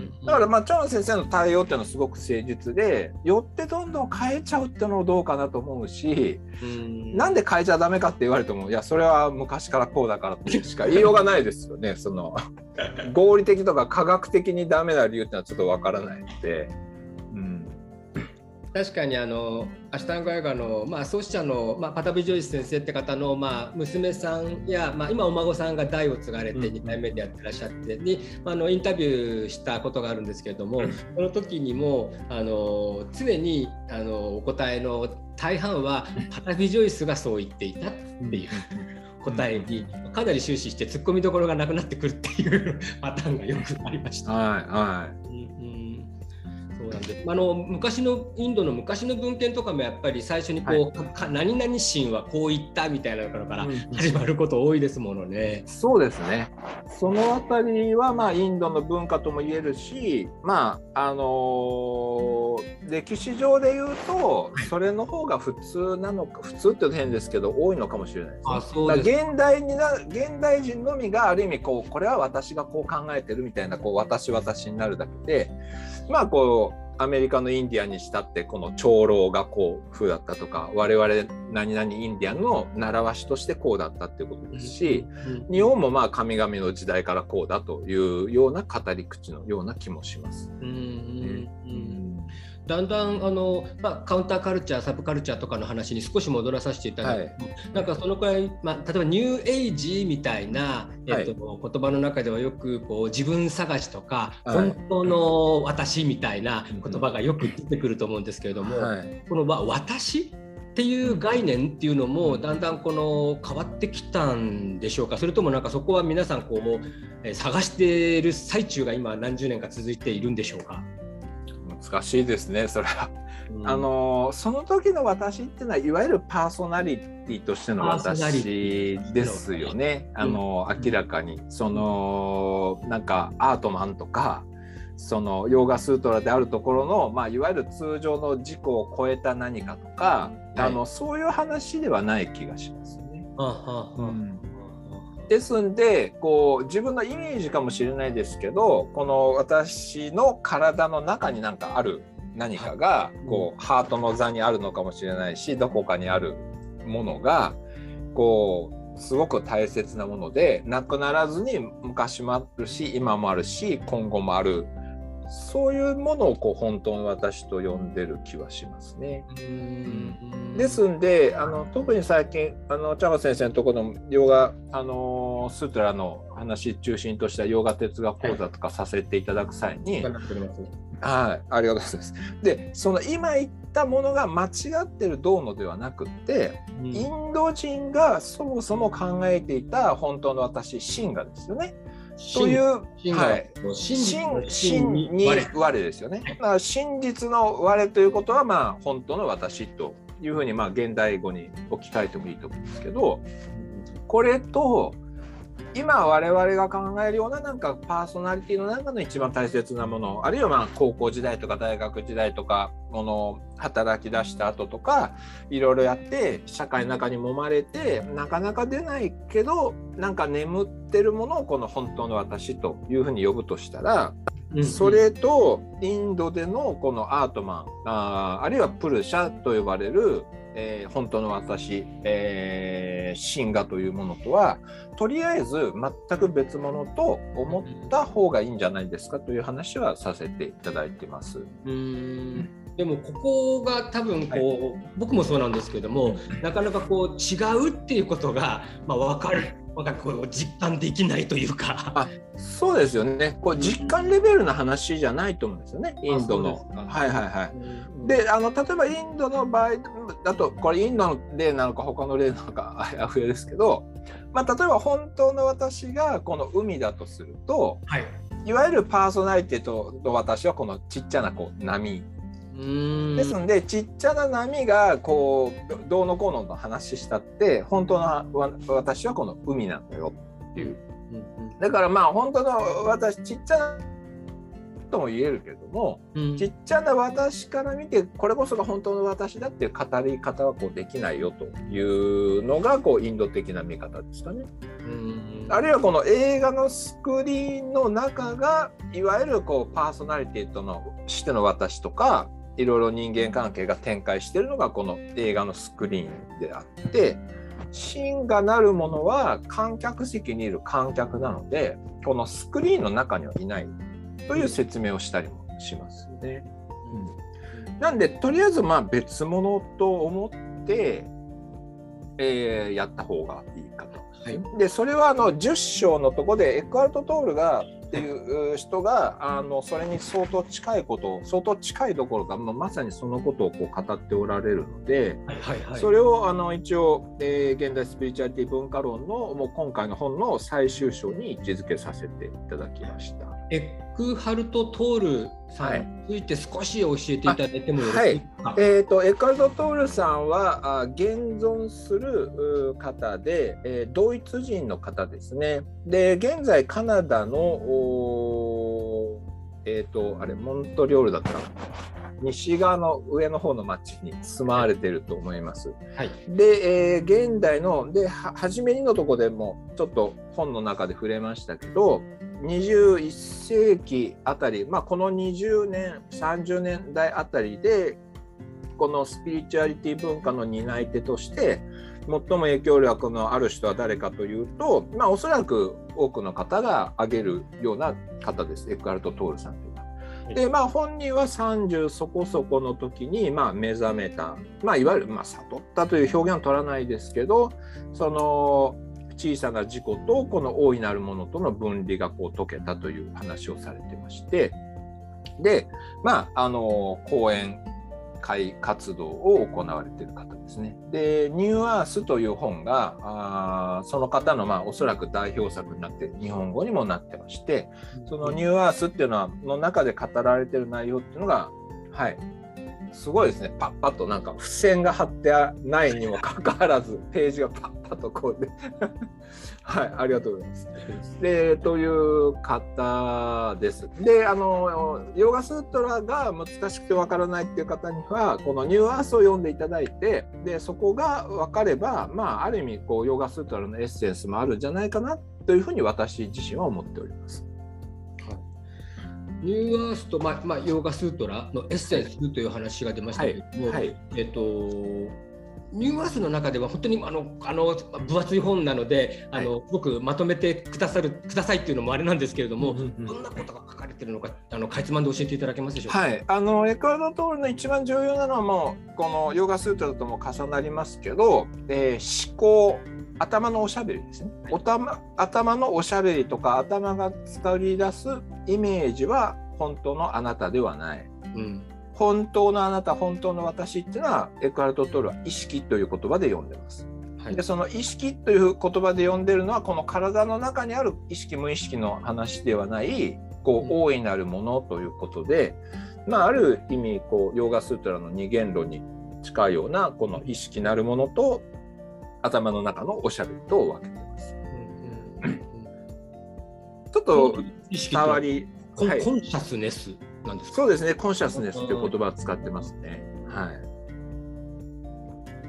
だからまあ長野先生の対応っていうのはすごく誠実で、よってどんどん変えちゃうっていうのもどうかなと思うし、うんなんで変えちゃダメかって言われても、いやそれは昔からこうだからってしか言いようがないですよね。その合理的とか科学的にダメな理由ってのはちょっとわからないので、うん、 確かにあのアシュタンガヨガの、まあ、創始者の、まあ、パタビジョイス先生って方の、まあ、娘さんや、まあ、今お孫さんが代を継がれてに代目でやってらっしゃって、うん、にあのインタビューしたことがあるんですけれども、うん、その時にもあの常にあのお答えの大半はパタビジョイスがそう言っていたっていう。答えにかなり終始して突っ込みどころがなくなってくるっていうパターンがよくありました。 はいはい。 うん、そうなんで、あの昔のインドの昔の文献とかもやっぱり最初にこう、はい、か何々神はこう言ったみたいなのから始まること多いですものね。 うん、そうですね。そのあたりはまあインドの文化とも言えるし、まああのー、歴史上で言うとそれの方が普通なのか、普通って言うと変ですけど多いのかもしれないです、ね。あ、そうです。だから現代にな現代人のみがある意味こうこれは私がこう考えてるみたいなこう私私になるだけで、まあこうアメリカのインディアンにしたってこの長老がこう風だったとか、我々何々インディアンの習わしとしてこうだったっていうことですし、うん、日本もまあ神々の時代からこうだというような語り口のような気もします。うんうんうんだんだんあの、まあ、カウンターカルチャーサブカルチャーとかの話に少し戻らさせていただいて、はい、なんかそのくらい、まあ、例えばニューエイジみたいな、えっとはい、言葉の中ではよくこう自分探しとか、はい、本当の私みたいな言葉がよく出てくると思うんですけれども、はい、この、まあ、私っていう概念っていうのもだんだんこの変わってきたんでしょうか。それともなんかそこは皆さんこう、えー、探している最中が今何十年か続いているんでしょうか。 難しいですねそれは、うん、あのその時の私っていうのはいわゆるパーソナリティとしての私ですよね。あの、うん、明らかにそのなんかアートマンとかそのヨーガスートラであるところの、まあ、いわゆる通常の自己を超えた何かとか、はい、あのそういう話ではない気がしますね。はははうんですんでこう自分のイメージかもしれないですけど、この私の体の中になんかある何かがこうハートの座にあるのかもしれないし、どこかにあるものがこうすごく大切なものでなくならずに昔もあるし今もあるし今後もある、そういうものをこう本当の私と呼んでる気はしますね。うんですんであの特に最近あの茶葉先生のところのヨガあのスートラの話中心としたヨガ哲学講座とかさせていただく際に、はい、はい、ありがとうございます。でその今言ったものが間違ってるどうのではなくって、うん、インド人がそもそも考えていた本当の私シンガですよね。という、はい、真真に我ですよね。だから真実の我ということは、まあ、本当の私というふうに、まあ、現代語に置き換えてもいいと思うんですけど、これと今我々が考えるようななんかパーソナリティの中の一番大切なもの、あるいはまあ高校時代とか大学時代とかこの働き出した後とかいろいろやって社会の中に揉まれてなかなか出ないけどなんか眠ってるものをこの本当の私というふうに呼ぶとしたら、うんうん、それとインドでのこのアートマン あ, あるいはプルシャと呼ばれるえー、本当の私、えー、真我というものとはとりあえず全く別物と思った方がいいんじゃないですかという話はさせていただいてます。 うーん、でもここが多分こう、はい、僕もそうなんですけども、なかなかこう違うっていうことが、まあ、分かる、なんかこう実感できないというか。 あ、そうですよね。こう実感レベルの話じゃないと思うんですよね、インドの。はいはいはい。で、あの例えばインドの場合だと、これインドの例なのか他の例なのかあやふやですけど、まあ、例えば本当の私がこの海だとすると、はい、いわゆるパーソナリティとの私はこのちっちゃなこう波。うーんですのでちっちゃな波がこうどうのこうのの話したって本当の私はこの海なんだよっていう、うんうん、だからまあ本当の私ちっちゃなとも言えるけども、うん、ちっちゃな私から見てこれこそが本当の私だっていう語り方はこうできないよというのがこうインド的な見方ですかね。うん、あるいはこの映画のスクリーンの中がいわゆるこうパーソナリティとのしての私とかいろいろ人間関係が展開しているのがこの映画のスクリーンであって、真がなるものは観客席にいる観客なのでこのスクリーンの中にはいないという説明をしたりもしますよね。うん、なんでとりあえずまあ別物と思って、えー、やった方がいいかと。はい、でそれはあのじゅっ章のとこでエックハルト・トールがっていう人があのそれに相当近いことを相当近いどころか、まあ、まさにそのことをこう語っておられるので、はいはいはい、それをあの一応、えー、現代スピリチュアリティ文化論のもう今回の本の最終章に位置づけさせていただきました。 エックハルト・トールさんについて少し教えていただいてもよろしいですか。 はい、えーと、エックハルト・トールさんはあ現存する方で、えー、ドイツ人の方ですね。で現在カナダのえーとあれモントリオールだったかな、西側の上の方の町に住まわれていると思います。はい、で、えー、現代のでは初めにのとこでもちょっと本の中で触れましたけど、にじゅういっ世紀あたり、まあ、このにじゅうねんさんじゅうねんだいあたりでこのスピリチュアリティ文化の担い手として最も影響力のある人は誰かというと、まあ、おそらく多くの方が挙げるような方です、エックハルト・トールさんというのは。でまあ、本人はさんじゅうそこそこの時にまあ目覚めた、まあ、いわゆるまあ悟ったという表現は取らないですけど、その小さな自己とこの大いなるものとの分離がこう解けたという話をされてまして、でまああの講演会活動を行われている方ですね。でニューアースという本があその方のまあおそらく代表作になって日本語にもなってまして、そのニューアースっていうのはの中で語られている内容っていうのがはいすごいですね。パッパッとなんか付箋が貼ってないにもかかわらずページがパッパッとこうではい、ありがとうございます。でという方です。であのヨガスートラが難しくてわからないっていう方にはこのニューアースを読んでいただいて、でそこが分かれば、まあ、ある意味こうヨガスートラのエッセンスもあるんじゃないかなというふうに私自身は思っております。 ニューアースと、まあまあ、ヨーガスートラのエッセンスという話が出ましたけども、はいはい、えっと、ニューアースの中では本当にあのあの分厚い本なので、あの、はい、すごくまとめてくださるくださいっていうのもあれなんですけれども、うんうんうん、どんなことが書かれているのかあのかいつまんで教えていただけますでしょうか。 はい、あのエックハルト・トールの一番重要なのはもうこのヨーガスートラとも重なりますけど、えー、思考頭のおしゃべりですね、はい、おたま頭のおしゃべりとか頭が作り出すイメージは本当のあなたではない、うん、本当のあなた本当の私っていうのはエックハルト・トールは意識という言葉で読んでます、はい、でその意識という言葉で読んでるのはこの体の中にある意識無意識の話ではないこう、うん、大いなるものということで、まあ、ある意味こうヨーガスートラの二元論に近いようなこの意識なるものと頭の中のおしゃべりと分けてます、うんうん、ちょっと伝わりコン、はい、コンシャスネスなんですか。 そうですね、コンシャスネスという言葉を使ってますね、はい、ち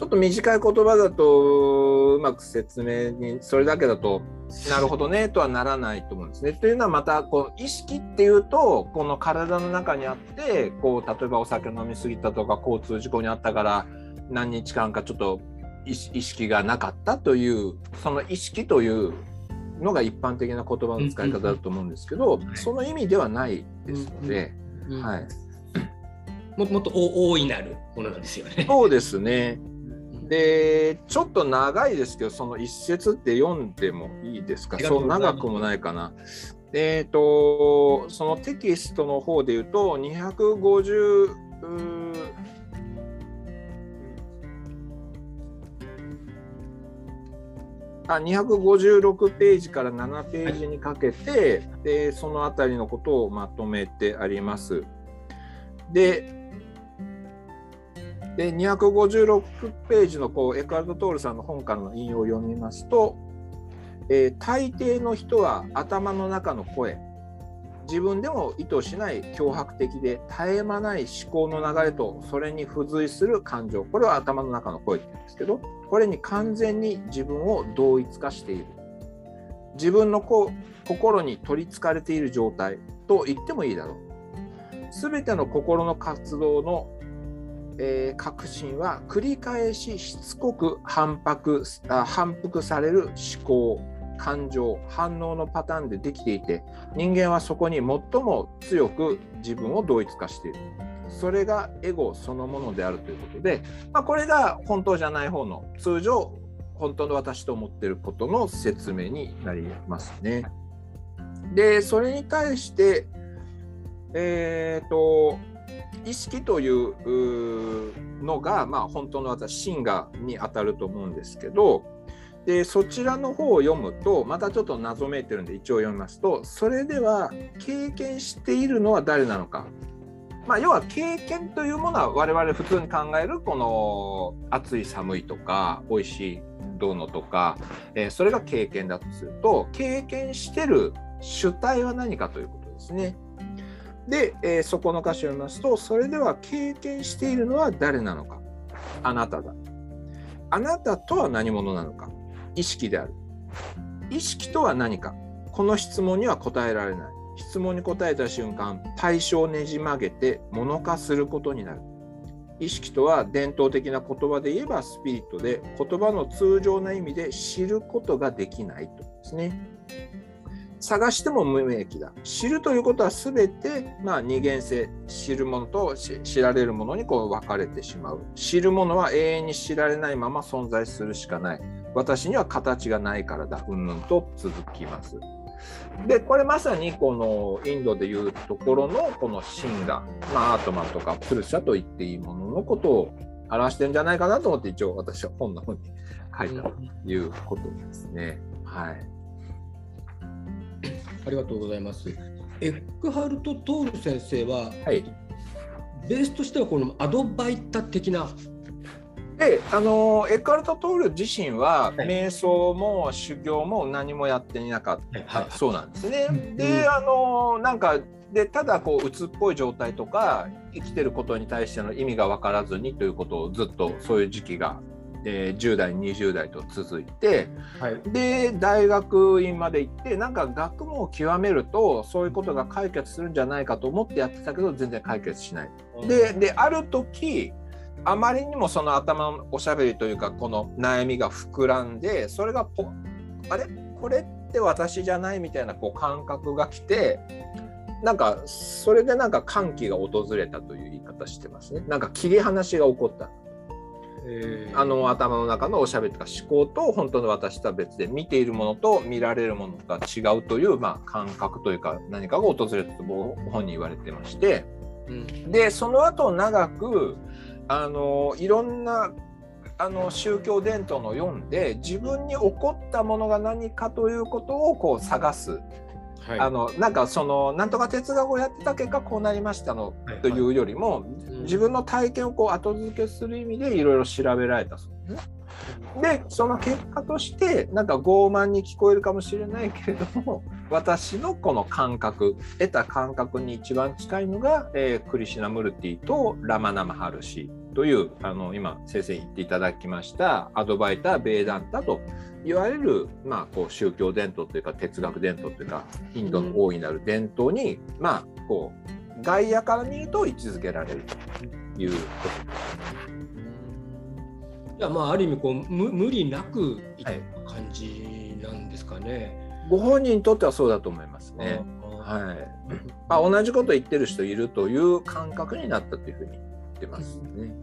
ちょっと短い言葉だとうまく説明にそれだけだとなるほどねとはならないと思うんですね。というのはまたこう意識っていうとこの体の中にあってこう例えばお酒飲み過ぎたとか交通事故にあったから何日間かちょっと意識がなかったというその意識というのが一般的な言葉の使い方だと思うんですけど、うんうん、その意味ではないですので、うんうん、はい、 も, もっと大いなるものなんですよね。 そうですね。でちょっと長いですけどその一節って読んでもいいですか。そう長くもないかな。えーとそのテキストの方で言うとにひゃくごじゅうあにひゃくごじゅうろくページからななページにかけて、でそのあたりのことをまとめてあります。ででにひゃくごじゅうろくページのこうエクハルト・トールさんの本からの引用を読みますと、えー、大抵の人は頭の中の声、自分でも意図しない脅迫的で絶え間ない思考の流れとそれに付随する感情、これは頭の中の声って言うんですけど、これに完全に自分を同一化している、自分のこ心に取りつかれている状態と言ってもいいだろう。すべての心の活動のえー、確信は繰り返ししつこく反復、あ反復される思考、感情、反応のパターンでできていて、人間はそこに最も強く自分を同一化している。それがエゴそのものであるということで、まあ、これが本当じゃない方の通常本当の私と思っていることの説明になりますね。でそれに対してえっ、ー、と意識というのが、まあ、本当の私、真我に当たると思うんですけど、でそちらの方を読むとまたちょっと謎めいてるんで一応読みますと、それでは経験しているのは誰なのか、まあ、要は経験というものは我々普通に考えるこの暑い寒いとか美味しいどうのとか、えー、それが経験だとすると、経験してる主体は何かということですね。で、えー、そこの歌詞を読みますと、それでは経験しているのは誰なのか。あなただ。あなたとは何者なのか。意識である。意識とは何か。この質問には答えられない。質問に答えた瞬間、対象をねじ曲げて物化することになる。意識とは伝統的な言葉で言えばスピリットで、言葉の通常な意味で知ることができないとですね。探しても無益だ。知るということはすべて、まあ、二元性、知るものと知られるものにこう分かれてしまう。知るものは永遠に知られないまま存在するしかない。私には形がないからだ。うんぬんと続きます。で、これまさにこのインドでいうところのこの真我、まあ、アートマンとかプルシャと言っていいもののことを表してるんじゃないかなと思って、一応私は本の方に書いたということですね。はい。 ありがとうございます。エックハルト・トール先生は、はい、ベースとしてはこのアドバイタ的な。 で、あのエックハルト・トール自身は、はい、瞑想も修行も何もやっていなかった、はいはいはい、そうなんですね。で、うん、あのなんかでただこう鬱っぽい状態とか生きてることに対しての意味が分からずにということをずっとそういう時期がでじゅう代にじゅう代と続いて、はい、で大学院まで行ってなんか学問を極めるとそういうことが解決するんじゃないかと思ってやってたけど全然解決しない。うん、で, である時あまりにもその頭のおしゃべりというかこの悩みが膨らんで、それがポあれこれって私じゃないみたいなこう感覚が来て、なんかそれでなんか歓喜が訪れたという言い方してますね。なんか切り離しが起こった。あの頭の中のおしゃべりとか思考と本当の私とは別で、見ているものと見られるものが違うという、まあ、感覚というか何かが訪れるとご本人言われてまして、うん、でその後長くあのいろんなあの宗教伝統の読んで自分に起こったものが何かということをこう探す。はい、あのなんかそのなんとか哲学をやってた結果こうなりましたの、はい、というよりも、はい、自分の体験をこう後付けする意味でいろいろ調べられたそうですね。でその結果としてなんか傲慢に聞こえるかもしれないけれども、私のこの感覚得た感覚に一番近いのが、えー、クリシュナムルティとラマナマハルシというあの今先生言っていただきましたアドバイター・ベーダンタといわれる、まあ、こう宗教伝統というか哲学伝統というかインドの大いなる伝統に、うん、まあこう外野から見ると位置づけられるということです。 じゃあまあある意味こう 無, 無理なくいった感じなんですかね。 はい、ご本人にとってはそうだと思いますね。はい、まあ、同じこと言ってる人いるという感覚になったというふうに言ってますね。うん、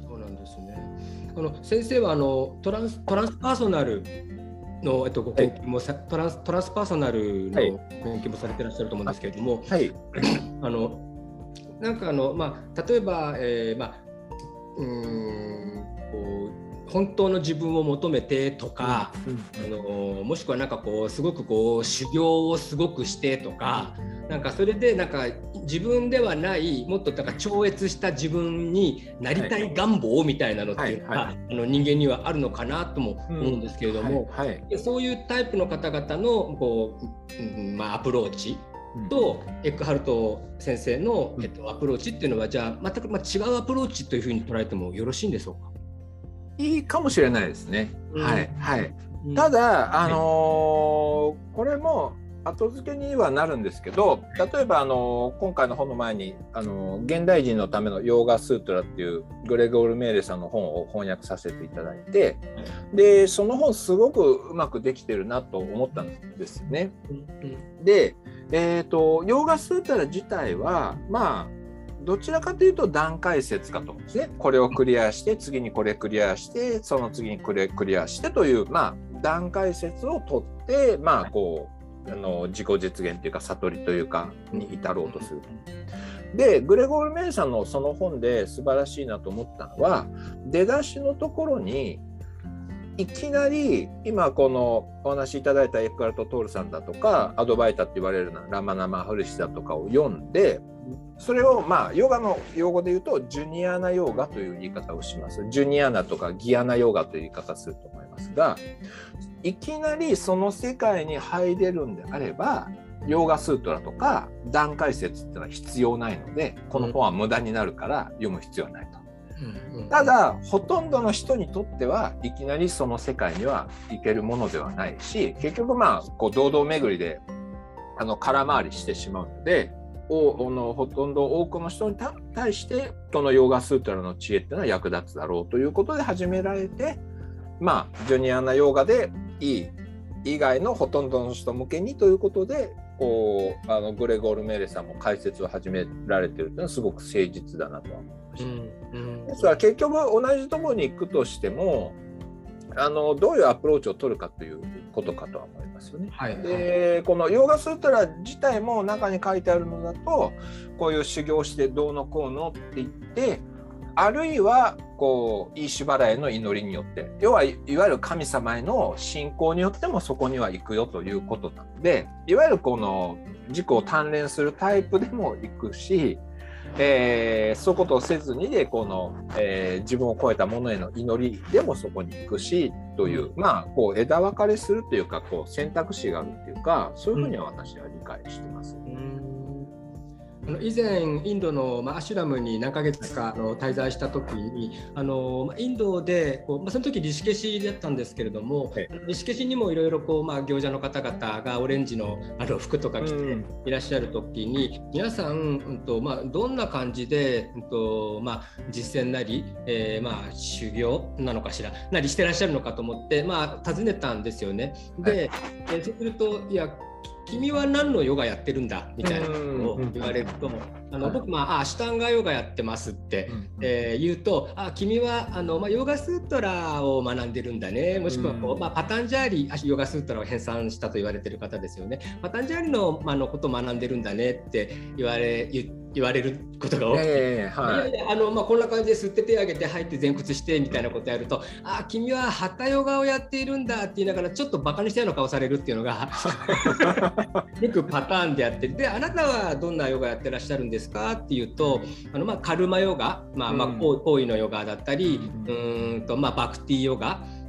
そうなんですね。あの先生はあのトランストランスパーソナルの、えっと、ご研究もさ、はい、トランストランスパーソナルの研究もされていらっしゃると思うんですけれども、はい、あのなんかあのまあ例えば、えー、まあうーんこう本当の自分を求めてとか、うんうん、あのもしくはなんかこうすごくこう修行をすごくしてとか、なんかそれでなんか自分ではないもっとなんか超越した自分になりたい願望みたいなのっていうのが、はいはい、あの人間にはあるのかなとも思うんですけれども、うんはいはい、そういうタイプの方々のこう、うんまあ、アプローチと、うん、エックハルト先生の、えっと、アプローチっていうのはじゃあ全く、まあ、違うアプローチというふうに捉えてもよろしいんでしょうか？ いいかもしれないですね。うん、はいはい。うん、ただあのー、これも後付けにはなるんですけど、例えばあのー、今回の本の前にあのー、現代人のためのヨーガスートラっていうグレゴール・メーレさんの本を翻訳させていただいて、でその本すごくうまくできてるなと思ったんですよね。うん、で、えーと、ヨーガスートラ自体はまあどちらかというと段階説かと思うんですね。これをクリアして次にこれクリアしてその次にこれクリアしてというまあ段階説を取ってまあこうあの自己実現というか悟りというかに至ろうとする。でグレゴール・メイさんのその本で素晴らしいなと思ったのは出だしのところにいきなり今このお話しいただいたエックハルト・トールさんだとかアドバイターって言われるのはラマナ・マハルシだとかを読んでそれをまあヨガの用語で言うとジュニアナヨーガという言い方をします。ジュニアナとかギアナヨーガという言い方をすると思いますがいきなりその世界に入れるんであればヨーガスートラとか段階説っていうのは必要ないのでこの本は無駄になるから読む必要はないと。ただほとんどの人にとってはいきなりその世界には行けるものではないし結局まあこう堂々巡りであの空回りしてしまうのでおのほとんど多くの人に対してこのヨーガスートラの知恵っていうのは役立つだろうということで始められてまあジュニアなヨーガでいい以外のほとんどの人向けにということでこうあのグレゴール・メーレさんも解説を始められているというのはすごく誠実だなとは思いました。うんうん、ですから結局同じところに行くとしてもあのどういうアプローチを取るかということかとは思いますよね。はい、でこのヨーガスートラ自体も中に書いてあるのだとこういう修行してどうのこうのって言ってあるいはこうイーシュバラへの祈りによって要はいわゆる神様への信仰によってもそこには行くよということなのでいわゆるこの自己を鍛錬するタイプでも行くしえー、そういうことをせずにでこの、えー、自分を超えたものへの祈りでもそこに行くしという、まあこう枝分かれするというかこう選択肢があるっていうかそういうふうには私は理解してます。うんあの以前インドの、まあ、アシュラムに何ヶ月かあの滞在した時にあのインドでこう、まあ、その時リシケシだったんですけれども、はい、リシケシにもいろいろこう、まあ、行者の方々がオレンジの、あの服とか着ていらっしゃる時に、うん、皆さん、うんとまあ、どんな感じで、うんとまあ、実践なり、えーまあ、修行なのかしらなりしてらっしゃるのかと思って、まあ、尋ねたんですよね。で、はい、えー、そうするといや君は何のヨガやってるんだみたいなことを言われると、あの僕、まあ、アシュタンガヨガやってますって、えー、言うと、あ、君はあの、まあ、ヨガスートラを学んでるんだね、もしくはこう、まあ、パタンジャーリヨガスートラを編纂したと言われてる方ですよね。パタンジャーリの、まあ、のことを学んでるんだねって言われ言言われることが多くて、えーはい、いやいやあの、まあ、こんな感じで吸って手を挙げて入って前屈してみたいなことをやると、あ、君はハタヨガをやっているんだって言いながらちょっとバカにしたような顔されるっていうのがよくパターンであって、であなたはどんなヨガやってらっしゃるんですかっていうと、あの、まあ、カルマヨガ、まあまあ、行為のヨガだったり、うんと、まあ、バクティヨガ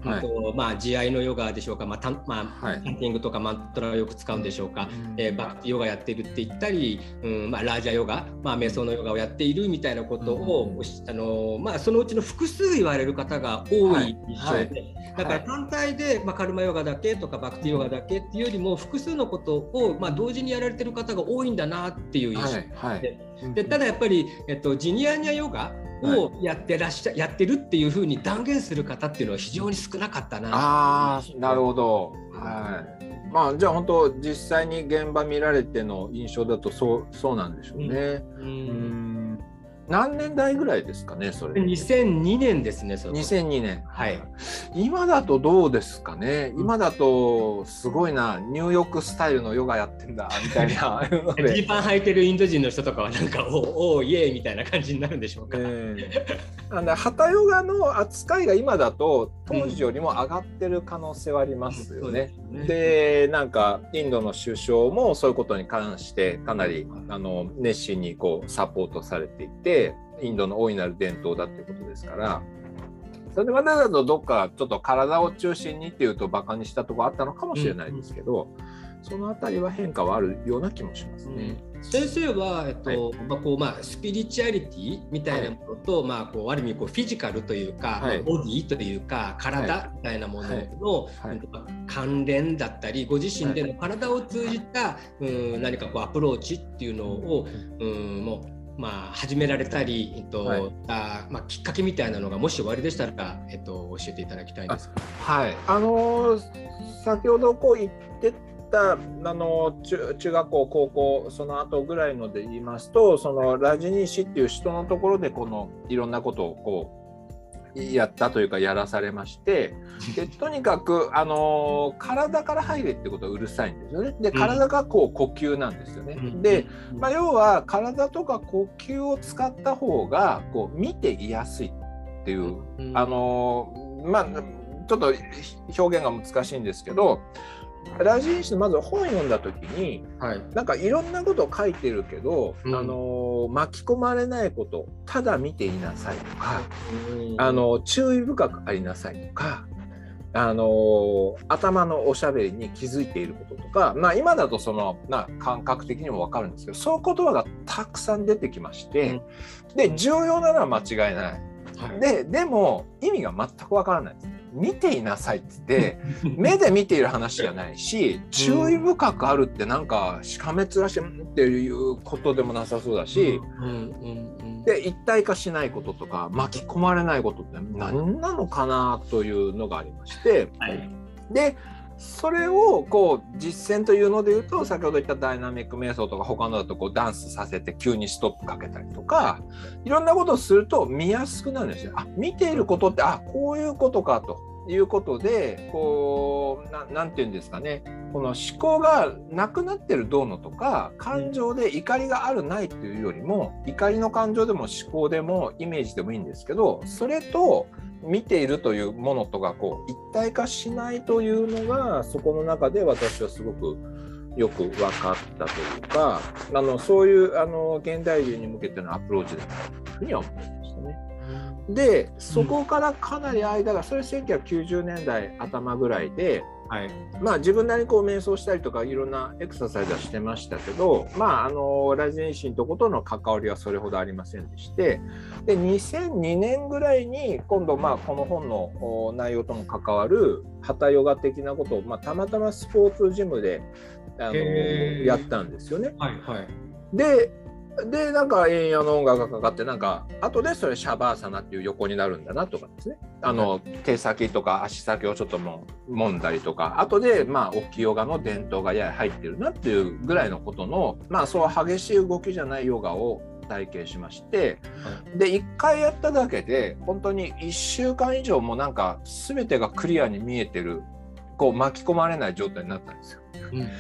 はいとまあ、慈愛のヨガでしょうか、まあタンまあはいタンティングとかマントラをよく使うんでしょうか、 うんえーバクティヨガやってるって言ったり、うんまあ、ラージャヨガ、まあ、瞑想のヨガをやっているみたいなことを、 うんあのまあ、そのうちの複数言われる方が多い印象で、 はいはいだから単体で、まあ、カルマヨガだけとかバクティヨガだけっていうよりも複数のことを、まあ、同時にやられてる方が多いんだなっていう印象で、 はいはいでただやっぱり、えっと、ジニアーニャヨガをやってらっしゃ、やってるっていうふうに断言する方っていうのは非常に少なかったな。 ああ、なるほど。はい。まあじゃあ本当実際に現場見られての印象だとそうそうなんでしょうね。 うんうん何年代ぐらいですかね、それ。 にせんにねんですね、それ。 にせんにねん。 はい。 今だとどうですかね。今だとすごいな、ニューヨークスタイルのヨガやってんだみたいなので。 ジーパン履いてるインド人の人とかはなんかおおイエーイみたいな感じになるんでしょうか。 えー、なんでハタヨガの扱いが今だと当時よりも上がってる可能性はありますよね。 うん、 でなんかインドの首相もそういうことに関してかなりあの熱心にこうサポートされていて、インドの大いなる伝統だっていうことですから。それでまだだとどっかちょっと体を中心にっていうとバカにしたところあったのかもしれないですけど、うん、そのあたりは変化はあるような気もしますね。 うん、先生は、えっとはいまあこうまあ、スピリチュアリティみたいなものと、はいまあ、こうある意味こうフィジカルというか、 はいボディというか体みたいなものの、 はいはい関連だったりご自身での体を通じた、うん何かこうアプローチっていうのを、うんもうまあ、始められたり、えっとはいあまあ、きっかけみたいなのがもしおありでしたら、えっと、教えていただきたいんです。 はい、あのー先ほどこう言ってたあの中中学校高校その後ぐらいので言いますと、そのラジニーシっていう人のところでこのいろんなことをこうやったというかやらされまして、でとにかくあの体から入れってことはうるさいんですよね。で体がこう呼吸なんですよね。で、まあ、要は体とか呼吸を使った方がこう見ていやすいっていう、あのまあちょっと表現が難しいんですけど、ラジニーシのまず本読んだ時に、はい、なんかいろんなことを書いてるけど、うん、あの巻き込まれないこと、ただ見ていなさいとか、うん、あの注意深くありなさいとか、あの頭のおしゃべりに気づいていることとか、まあ、今だとその、まあ、感覚的にも分かるんですけど、そういう言葉がたくさん出てきまして、うん、で重要なのは間違いない、はい、ででも意味が全く分からないです。見ていなさいって目で見ている話じゃないし、注意深くあるってなんかしかめ面しいっていうことでもなさそうだし、で一体化しないこととか巻き込まれないことって何なのかなというのがありまして、はい、でそれをこう実践というのでいうと、先ほど言ったダイナミック瞑想とか他のだとこうダンスさせて急にストップかけたりとか、いろんなことをすると見やすくなるんですよ。あ、見ていることってあこういうことかということで、こう な, なんていうんですかね、この思考がなくなってるどうのとか、感情で怒りがあるないというよりも、怒りの感情でも思考でもイメージでもいいんですけど、それと見ているというものとがこう一体化しないというのが、そこの中で私はすごくよく分かったというか、あのそういうあの現代人に向けてのアプローチだというふうには思いましたね。でそこからかなり間が、それせんきゅうひゃくきゅうじゅうねんだい頭ぐらいで、はい、まあ自分なりにこう瞑想したりとかいろんなエクササイズはしてましたけど、まああのラジニーシンとことの関わりはそれほどありませんでして、でにせんにねんぐらいに今度まあこの本の内容とも関わるハタヨガ的なことを、まあ、たまたまスポーツジムであのやったんですよね。はいはい、ででなんか円夜の音楽がかかって、なんか後でそれシャバーサナっていう横になるんだなとかですね、あの、はい、手先とか足先をちょっとも揉んだりとか、後でまあオキヨガの伝統がやや入ってるなっていうぐらいのことの、まあそう激しい動きじゃないヨガを体験しまして、はい、でいっかいやっただけで本当にいっしゅうかん以上もなんか全てがクリアに見えてる、こう巻き込まれない状態になったんですよ。うんうんうん、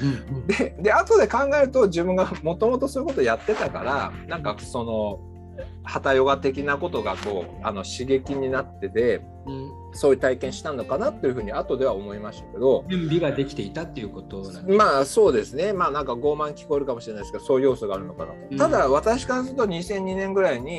で, で後で考えると、自分がもともとそういうことやってたから、なんかそのハタヨガ的なことがこうあの刺激になってて、うん、そういう体験したのかなというふうに後では思いましたけど、 準備ができていたっていうことなんですか。 まあそうですね、まあなんか傲慢聞こえるかもしれないですけど、そういう要素があるのかなと、うん、ただ私からするとにせんにねんぐらいに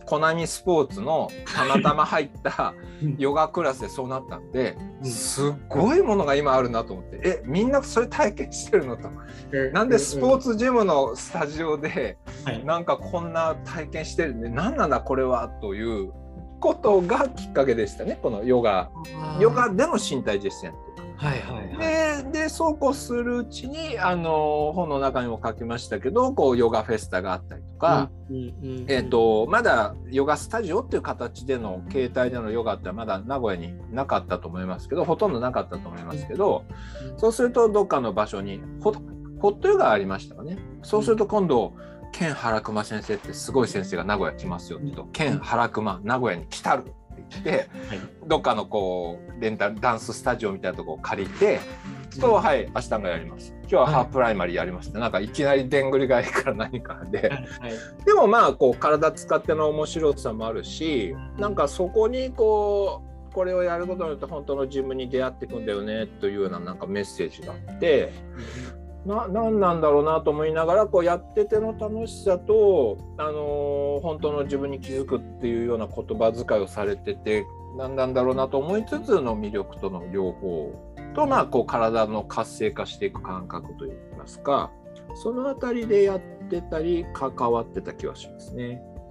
コナミスポーツのたまたま入ったヨガクラスでそうなったんで、すっごいものが今あるなと思って、えみんなそれ体験してるのと、なんでスポーツジムのスタジオでなんかこんな体験してるんで、何なんだこれはということがきっかけでしたね、このヨガヨガでの身体実践というか。はいはいはい、で, でそうこうするうちにあの本の中にも書きましたけど、こうヨガフェスタがあったりとか、うんうんうん、えーと、まだヨガスタジオっていう形での形態でのヨガってまだ名古屋になかったと思いますけど、ほとんどなかったと思いますけど、うん、そうするとどっかの場所にホットヨガありましたよね。そうすると今度ケン原熊先生ってすごい先生が名古屋来ますよって言うと、ケン原熊名古屋に来たるって言って、はい、どっかのこうレンタルダンススタジオみたいなところを借りて、そう、はい、アシュタンガやります、今日はハーフプライマリーやりますって、なんかいきなりでんぐり返りから何からで、はい、でもまあこう体使っての面白さもあるし、なんかそこにこうこれをやることによって本当の自分に出会っていくんだよねというようななんかメッセージがあって、な何なんだろうなと思いながらこうやってての楽しさと、あのー、本当の自分に気づくっていうような言葉遣いをされてて、何なんだろうなと思いつつの魅力との両方と、まあ、こう体の活性化していく感覚といいますか、そのあたりでやってたり関わってた気はしますね。うん、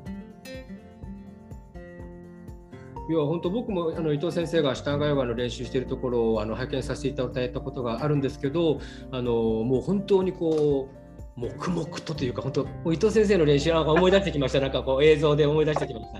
いや本当僕もあの伊藤先生がアシュタンガヨガの練習しているところをあの拝見させていただいたことがあるんですけど、あのもう本当にこう黙々とというか、本当伊藤先生の練習なんか思い出してきました。なんかこう映像で思い出してきました。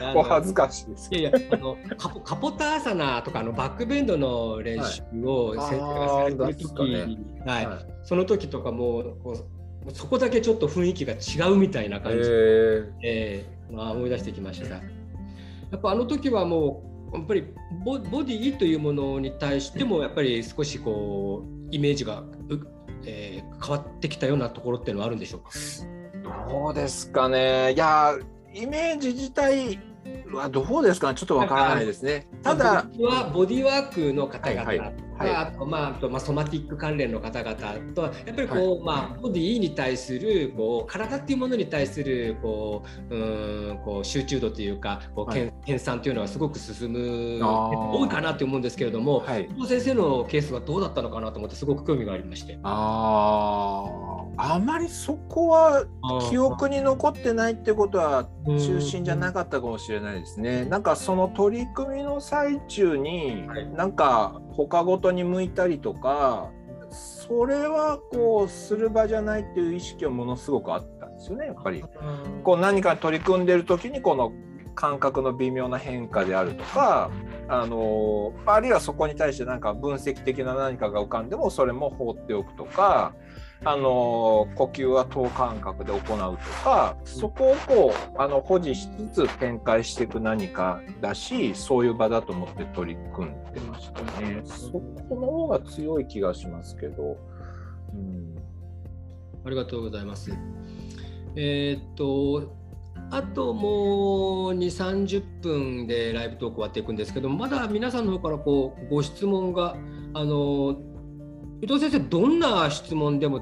お恥ずかしいです。 いやいやあのカポ、カポターサナとかのバックベンドの練習を先生がされてる時、はいはいはい、その時とかもこうそこだけちょっと雰囲気が違うみたいな感じで、えーまあ、思い出してきました。やっぱあの時はもうやっぱり ボ, ボディというものに対してもやっぱり少しこうイメージがえー、変わってきたようなところっていうのはあるんでしょうか。 どうですかね。いやイメージ自体はどうですかね、ちょっとわからないですね。ただボディはボディワークの方々、はいはいはい、あと、まあ、あとまあソマティック関連の方々とやっぱりこう、はいまあ、ボディに対するこう体っていうものに対するこう、うーんこう集中度というかこう、はい、研鑽というのはすごく進む多いかなと思うんですけれども、はい、伊藤先生のケースはどうだったのかなと思ってすごく興味がありまして。 ああまりそこは記憶に残ってないってことは中心じゃなかったかもしれないですね。なんかその取り組みの最中になんか他ごとに向いたりとか、それはこうする場じゃないっていう意識はものすごくあったんですよね。やっぱりこう何か取り組んでる時にこの感覚の微妙な変化であるとか、あのあるいはそこに対して何か分析的な何かが浮かんでもそれも放っておくとか、あの呼吸は等間隔で行うとか、そこをこうあの保持しつつ展開していく何かだし、そういう場だと思って取り組んでましたね。そこの方が強い気がしますけど、うん、 ありがとうございます。えー、っとあともうにじゅう、さんじゅっぷんでライブトーク終わっていくんですけど、まだ皆さんの方からこうご質問が、あの伊藤先生どんな質問でも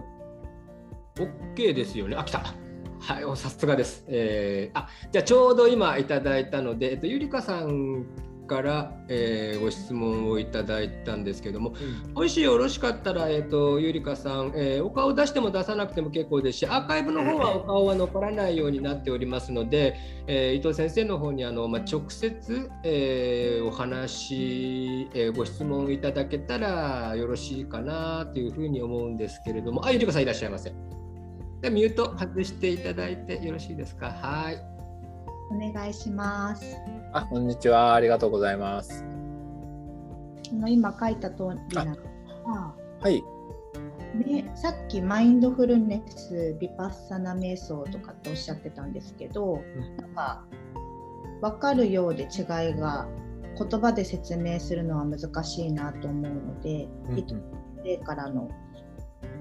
OK ですよね。あ、来た。はい、さすがです。えー、あ、じゃあちょうど今いただいたので、えっと、ゆりかさんから、えー、ご質問をいただいたんですけども、うん、もしよろしかったら、えっと、ゆりかさん、えー、お顔出しても出さなくても結構ですし、アーカイブの方はお顔は残らないようになっておりますので、えー、伊藤先生の方にあの、まあ、直接、えー、お話、えー、ご質問いただけたらよろしいかなというふうに思うんですけれども、あ、ゆりかさんいらっしゃいませ。でミュート外していただいてよろしいですか。はい。 お願いします。 あ、こんにちは。ありがとうございます。 あの今書いた通りなのは、はい。 ね、さっきマインドフルネス、ビパッサナ瞑想とかっておっしゃってたんですけど、うん、なんか分かるようで違いが言葉で説明するのは難しいなと思うので、うんうん、例からの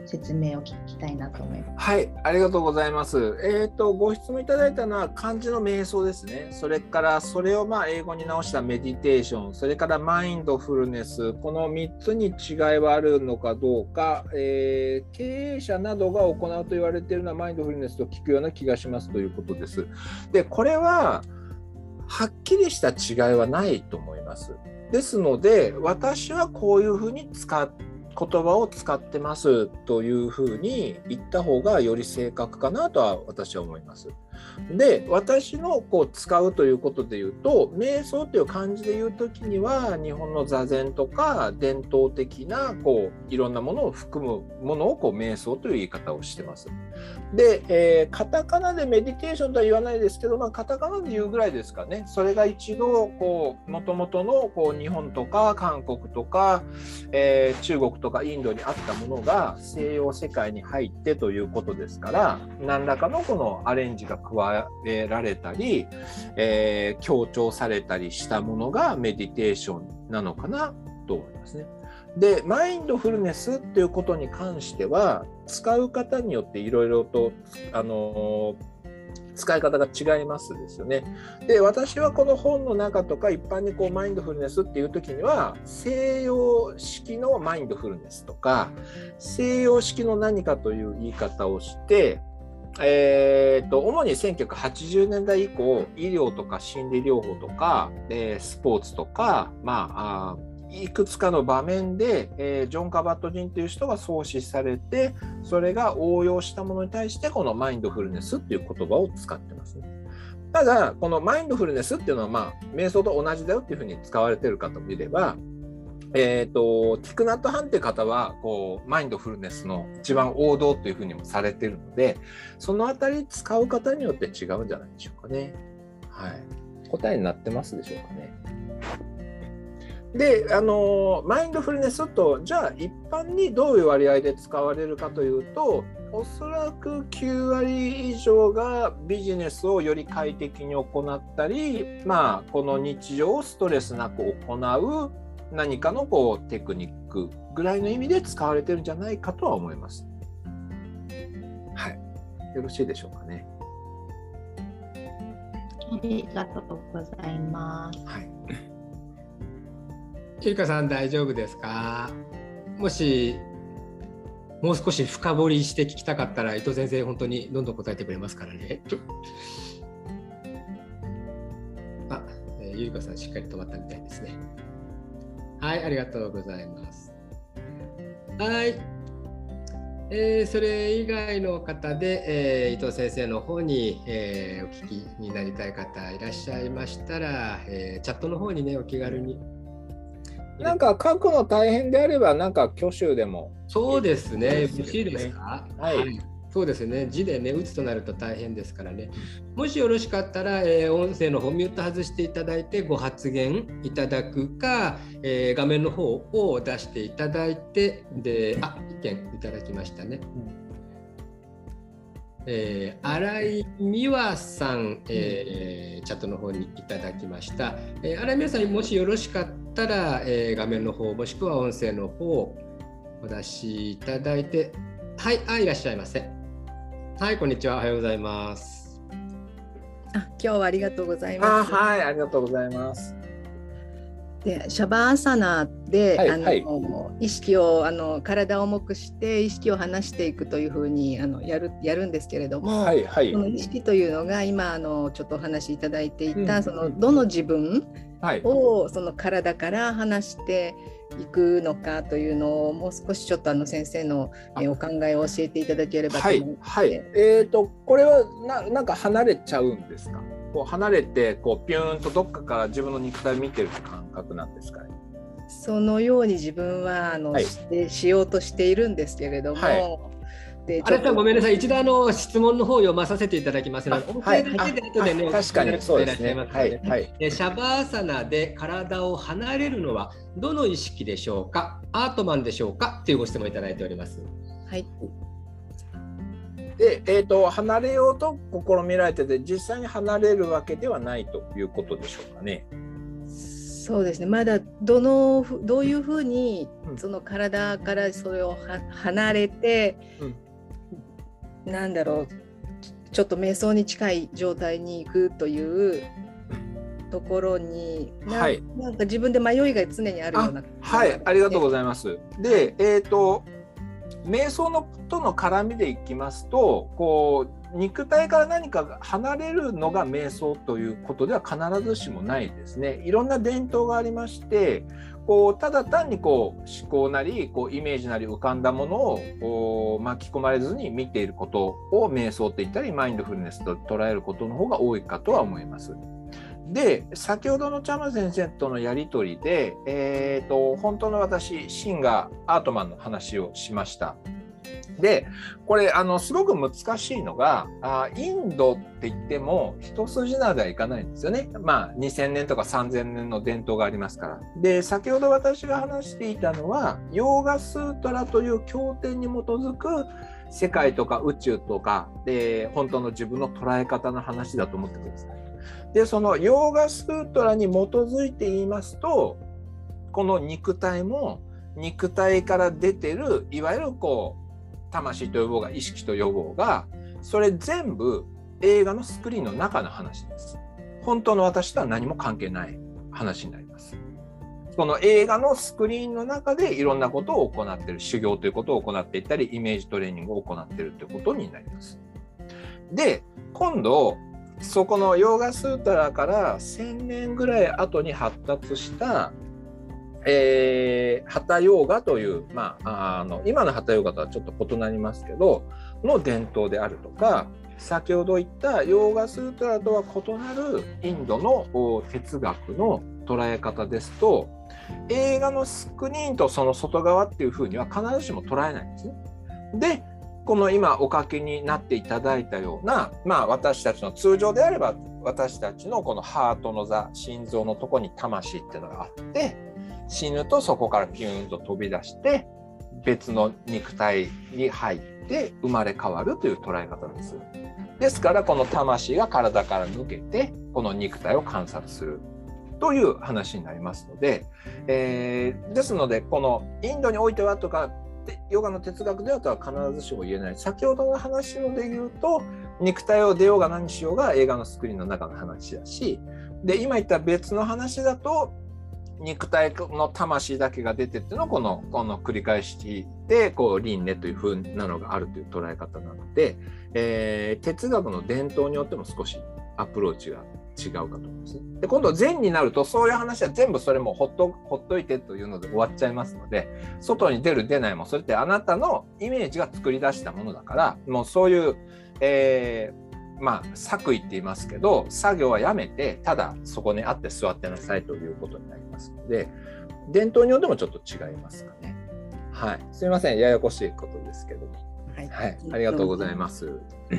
説明を聞きたいなと思います。 はい、ありがとうございます。えっと、ご質問いただいたのは漢字の瞑想ですね。それからそれをまあ英語に直したメディテーション、それからマインドフルネス、このみっつに違いはあるのかどうか、えー、経営者などが行うと言われているのはマインドフルネスと聞くような気がしますということです。で、これははっきりした違いはないと思います。ですので、私はこういうふうに使って言葉を使ってますというふうに言った方がより正確かなとは私は思います。で、私のこう使うということで言うと、瞑想という漢字で言うときには日本の座禅とか伝統的なこういろんなものを含むものをこう瞑想という言い方をしてます。で、えー、カタカナでメディテーションとは言わないですけど、まあ、カタカナで言うぐらいですかね。それが一度こう元々のこう日本とか韓国とか、えー、中国とかインドにあったものが西洋世界に入ってということですから、何らかのこのアレンジが加えられたり、えー、強調されたりしたものがメディテーションなのかなと思いますね。で、マインドフルネスっていうことに関しては使う方によっていろいろとあの使い方が違いますですよね。で、私はこの本の中とか一般にこうマインドフルネスっていう時には西洋式のマインドフルネスとか西洋式の何かという言い方をして、えー、と主にせんきゅうひゃくはちじゅうねんだい以降医療とか心理療法とか、えー、スポーツとか、まあ、あいくつかの場面で、えー、ジョン・カバット・ジンという人が創始されて、それが応用したものに対してこのマインドフルネスっていう言葉を使ってますね。ただこのマインドフルネスっていうのは、まあ、瞑想と同じだよっていうふうに使われている方もいれば、えー、とティクナット・ハンっていう方はこうマインドフルネスの一番王道というふうにもされているので、そのあたり使う方によって違うんじゃないでしょうかね。はい、答えになってますでしょうかね。で、あのマインドフルネスとじゃあ一般にどういう割合で使われるかというと、おそらくきゅうわり以上がビジネスをより快適に行ったり、まあ、この日常をストレスなく行う何かのこうテクニックぐらいの意味で使われてるんじゃないかとは思います。はい、よろしいでしょうかね。 ありがとうございます。 はい。 ゆりかさん大丈夫ですか？もしもう少し深掘りして聞きたかったら伊藤先生本当にどんどん答えてくれますからね。あ、えー、ゆりかさんしっかり止まったみたいですね。はい、ありがとうございます。はい、えー、それ以外の方で、えー、伊藤先生の方に、えー、お聞きになりたい方いらっしゃいましたら、えー、チャットの方にねお気軽に。 なんか書くの大変であればなんか挙手でも。 そうですね。よろしいですか？ はい、はい、 そうですね。字でね打つとなると大変ですからね。もしよろしかったら、えー、音声の方ミュート外していただいてご発言いただくか、えー、画面の方を出していただいて、で、あ、意見いただきましたね。えー、新井美和さん、えー、チャットの方にいただきました。えー、新井美和さん、もしよろしかったら、えー、画面の方もしくは音声の方をお出しいただいて、はい、あ、いらっしゃいませ。はい、こんにちは。おはようございます。 あ、今日はありがとうございます。 あ、はい、ありがとうございます。 でシャバーサナで、 はい、 あの、はい、意識をあの体を重くして意識を離していくというふうにあのやるやるんですけれども、 はいはい、 その意識というのが今あのちょっとお話しいただいていた、うん、そのどの自分をその体から離していくのかというのをもう少しちょっとあの先生のえお考えを教えていただければと思って。 はいはい、えーとこれは な, なんか離れちゃうんですか？こう離れてこうピューンとどっかから自分の肉体を見てる感覚なんですかね？ そのように自分はあの、はい、してしようとしているんですけれども、はい、 であれさんごめんなさい、一度あの質問の方を読まさせていただきますので、音声だけで後でね、 はい、確かにそうですね。はいはい、 シャバーサナで体を離れるのはどの意識でしょうか？アートマンでしょうか？というご質問いただいております。 はい。 で、えーと、離れようと試みられてて、実際に離れるわけではないということでしょうかね。 そうですね、まだどのどういうふうにうん、その体からそれを離れて、うん、なんだろうちょっと瞑想に近い状態に行くというところに な,、はい、なんか自分で迷いが常にあるような、 はい、ありがとうございます。で、えーと、瞑想のとの絡みでいきますと、こう肉体から何かが離れるのが瞑想ということでは必ずしもないですね。いろんな伝統がありまして、こうただ単にこう思考なりこうイメージなり浮かんだものを巻き込まれずに見ていることを瞑想と言ったりマインドフルネスと捉えることの方が多いかとは思います。で、先ほどのチャマ先生とのやり取りで、えーと、本当の私シンガー・アートマンの話をしました。で、これあのすごく難しいのが、あインドって言っても一筋縄ではいかないんですよね。まあにせんねんとかさんぜんねんの伝統がありますから。で、先ほど私が話していたのはヨーガスートラという経典に基づく世界とか宇宙とかで本当の自分の捉え方の話だと思ってください。で、そのヨーガスートラに基づいて言いますと、この肉体も肉体から出てるいわゆるこう魂と呼ぼうが意識と呼ぼうが、それ全部映画のスクリーンの中の話です。本当の私とは何も関係ない話になります。この映画のスクリーンの中でいろんなことを行っている、修行ということを行っていったり、イメージトレーニングを行っているということになります。で、今度そこのヨーガスートラからせんねんぐらい後に発達した、えー、ハタヨーガという、まあ、あの今のハタヨーガとはちょっと異なりますけどの伝統であるとか、先ほど言ったヨーガスートラとは異なるインドの哲学の捉え方ですと、映画のスクリーンとその外側っていうふうには必ずしも捉えないんですね。で、この今お書きになっていただいたような、まあ、私たちの通常であれば私たちのこのハートの座、心臓のとこに魂っていうのがあって、死ぬとそこからピューンと飛び出して別の肉体に入って生まれ変わるという捉え方です。ですからこの魂が体から抜けてこの肉体を観察するという話になりますので、えー、ですのでこのインドにおいてはとかヨガの哲学ではとは必ずしも言えない。先ほどの話ので言うと肉体を出ようが何しようが映画のスクリーンの中の話だし、で今言った別の話だと肉体の魂だけが出てっていうのをこのこの繰り返しでこう輪廻という風なのがあるという捉え方なので、えー、哲学の伝統によっても少しアプローチが違うかと思うんですね。で今度禅になるとそういう話は全部それもほっとほっといてというので終わっちゃいますので、外に出る出ないもそれってあなたのイメージが作り出したものだから、もうそういう、えー、まあ作為って言いますけど作業はやめてただそこにあって座ってなさいということになりますので、伝統によってもちょっと違いますかね。はい、すいません、ややこしいことですけども、はい、はい、ありがとうございます。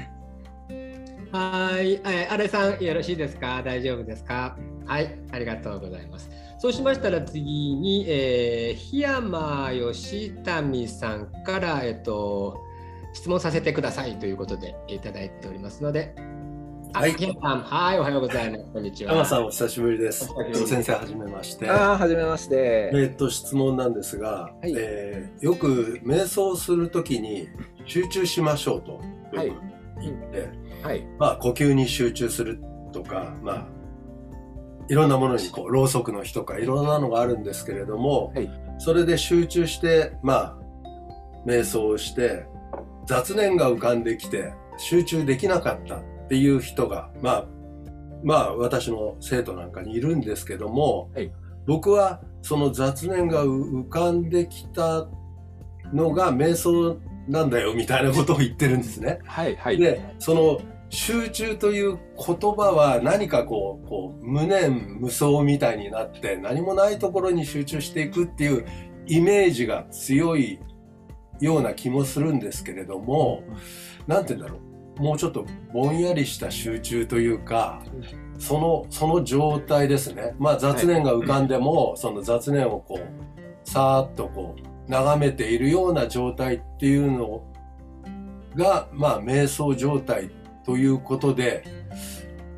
はい、えー、新井さんよろしいですか？大丈夫ですか？はい、ありがとうございます。そうしましたら次に、えー、檜山義民さんから、えっと、質問させてくださいということでいただいておりますので、はい、檜山さん、はい、おはようございます。こんにちは。 檜山さん、お久しぶりです。先生、はじめまして。 ああ、はじめまして。 えー、っと、質問なんですが、はい、えー、よく瞑想するときに集中しましょうとよく言って、はいはい、まあ呼吸に集中するとか、まあいろんなものにこうろうそくの火とかいろんなのがあるんですけれども、はい、それで集中してまあ瞑想をして雑念が浮かんできて集中できなかったっていう人がまあまあ私の生徒なんかにいるんですけども、はい、僕はその雑念が浮かんできたのが瞑想なんだよみたいなことを言ってるんですね。はいはい。で、その集中という言葉は何かこう、こう無念無想みたいになって何もないところに集中していくっていうイメージが強いような気もするんですけれども、なんて言うんだろう。もうちょっとぼんやりした集中というか、その、その状態ですね。まあ雑念が浮かんでも、はい、その雑念をこう、さーっとこう、眺めているような状態っていうのが、まあ、瞑想状態ということで、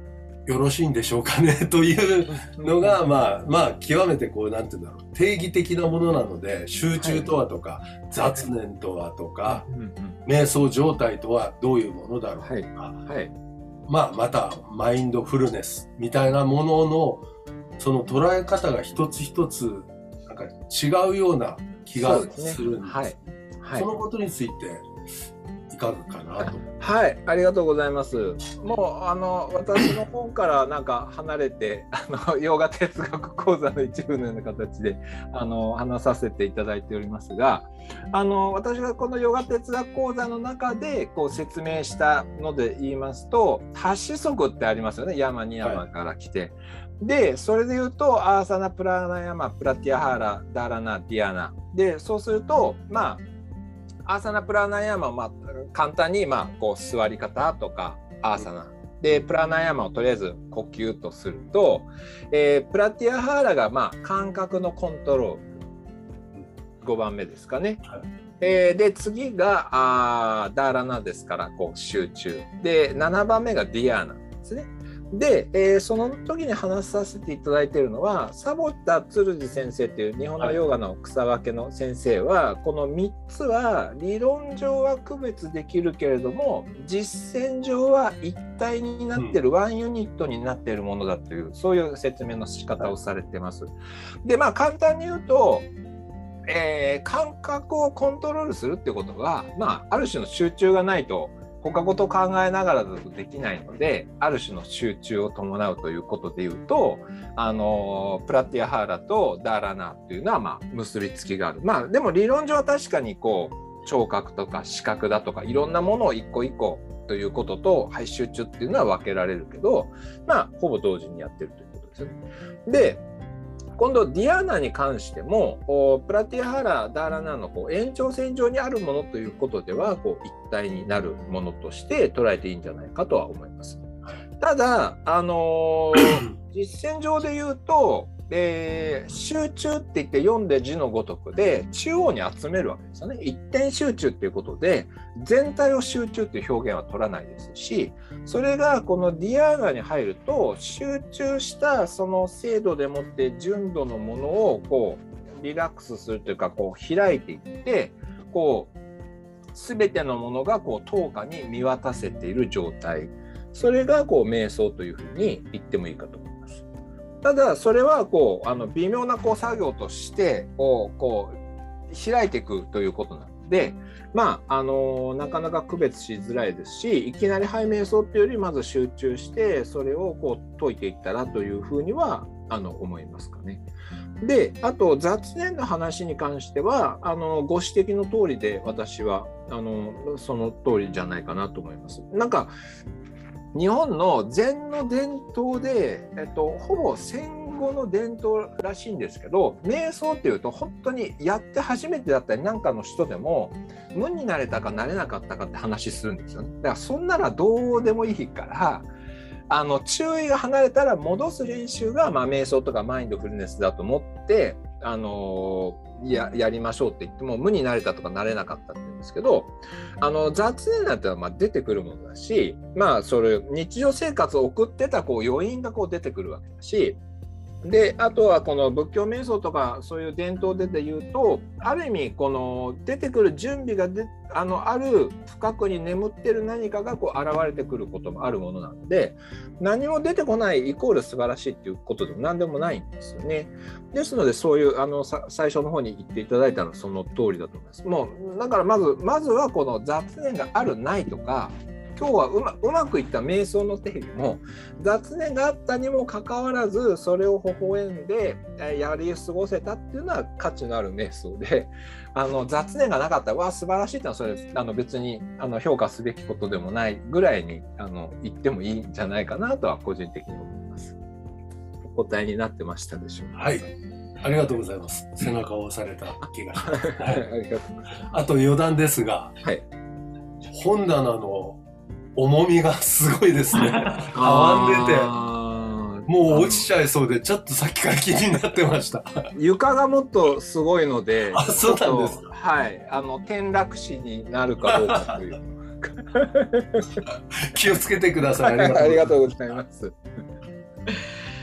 よろしいんでしょうかねというのが、まあ、まあ、極めてこう、なんていうんだろう、定義的なものなので、集中とはとか、はい、雑念とはとか、はい、瞑想状態とはどういうものだろうとか、はいはい、まあ、また、マインドフルネスみたいなものの、その捉え方が一つ一つ、なんか違うような気がするんです。はいはい、そのことについて、いかがかなと。 はい、ありがとうございます。もうあの私の本からなんか離れてあのヨガ哲学講座の一部のような形であの話させていただいておりますが、あの私がこのヨガ哲学講座の中でこう説明したので言いますと、はち子息ってありますよね。ヤマニヤマから来て。はい、でそれで言うとアーサナ、プラナヤマ、プラティアハーラ、ダーラナ、ディアナで、そうするとまあアーサナプラナヤマを、まあ、簡単に、まあ、こう座り方とかアーサナでプラナヤマをとりあえず呼吸とすると、えー、プラティアハーラが、まあ、感覚のコントロールごばんめですかね。はい、えー、で次があダーラナですからこう集中で、ななばんめがディアーナですね。で、えー、その時に話させていただいているのはサボタ・ツルジ先生という日本のヨガの草分けの先生は、はい、このみっつは理論上は区別できるけれども実践上は一体になっている、うん、ワンユニットになっているものだという、そういう説明の仕方をされてます。でまあ簡単に言うと、えー、感覚をコントロールするっていうことが、まあ、ある種の集中がないと他事を考えながらだとできないので、ある種の集中を伴うということでいうと、あのプラティアハーラとダーラナっていうのはまあ結びつきがある。まあでも理論上は確かにこう聴覚とか視覚だとかいろんなものを一個一個ということと、はい、集中っていうのは分けられるけど、まあほぼ同時にやってるということですよね。で今度ディアーナに関してもプラティアハラダーラナのこう延長線上にあるものということではこう一体になるものとして捉えていいんじゃないかとは思います。ただ、あのー、実践上で言うと、えー、集中って言って読んで字のごとくで中央に集めるわけですよね。一点集中っていうことで全体を集中っていう表現は取らないですし、それがこのディアーナに入ると集中したその精度でもって純度のものをこうリラックスするというかこう開いていってこう全てのものがこう等価に見渡せている状態、それがこう瞑想というふうに言ってもいいかと思います。ただそれはこうあの微妙なこう作業としてこうこう開いていくということなので、まああのなかなか区別しづらいですし、いきなりはい瞑想っていうよりまず集中してそれをこう解いていったらというふうにはあの思いますかね。であと雑念の話に関してはあのご指摘の通りで私はあのその通りじゃないかなと思います。なんか日本の禅の伝統で、えっと、ほぼ戦後の伝統らしいんですけど、瞑想っていうと本当にやって初めてだったりなんかの人でも無になれたかなれなかったかって話するんですよね。だからそんならどうでもいいからあの注意が離れたら戻す練習が、まあ、瞑想とかマインドフルネスだと思ってあのや, やりましょうって言っても無になれたとかなれなかったって言うんですけど、あの雑念なんてのはまあ出てくるものだし、まあそれ日常生活を送ってたこう余韻がこう出てくるわけだし、であとはこの仏教瞑想とかそういう伝統で言うとある意味この出てくる準備がで あ, のある深くに眠ってる何かがこう現れてくることもあるものなので、何も出てこないイコール素晴らしいっていうことでも何でもないんですよね。ですのでそういうあのさ最初の方に言っていただいたのはその通りだと思います。もうだからまずまずはこの雑念があるないとか、今日はう ま, うまくいった瞑想の定義も雑念があったにもかかわらずそれを微笑んでやり過ごせたっていうのは価値のある瞑想で、あの雑念がなかったらわあ素晴らしいってのはそれあの別にあの評価すべきことでもないぐらいにあの言ってもいいんじゃないかなとは個人的に思います。お答えになってましたでしょうか。 はい、ありがとうございます。背中を押された気がします。はい、 ありがとうございます。 あと余談ですが、はい、本棚の重みがすごいですね。たわんでて、もう落ちちゃいそうで、ちょっとさっきから気になってました。 床がもっとすごいので、 あ、そうなんですか。 はい、あの転落死になるかどうかという。 気をつけてください。 ありがとうございます。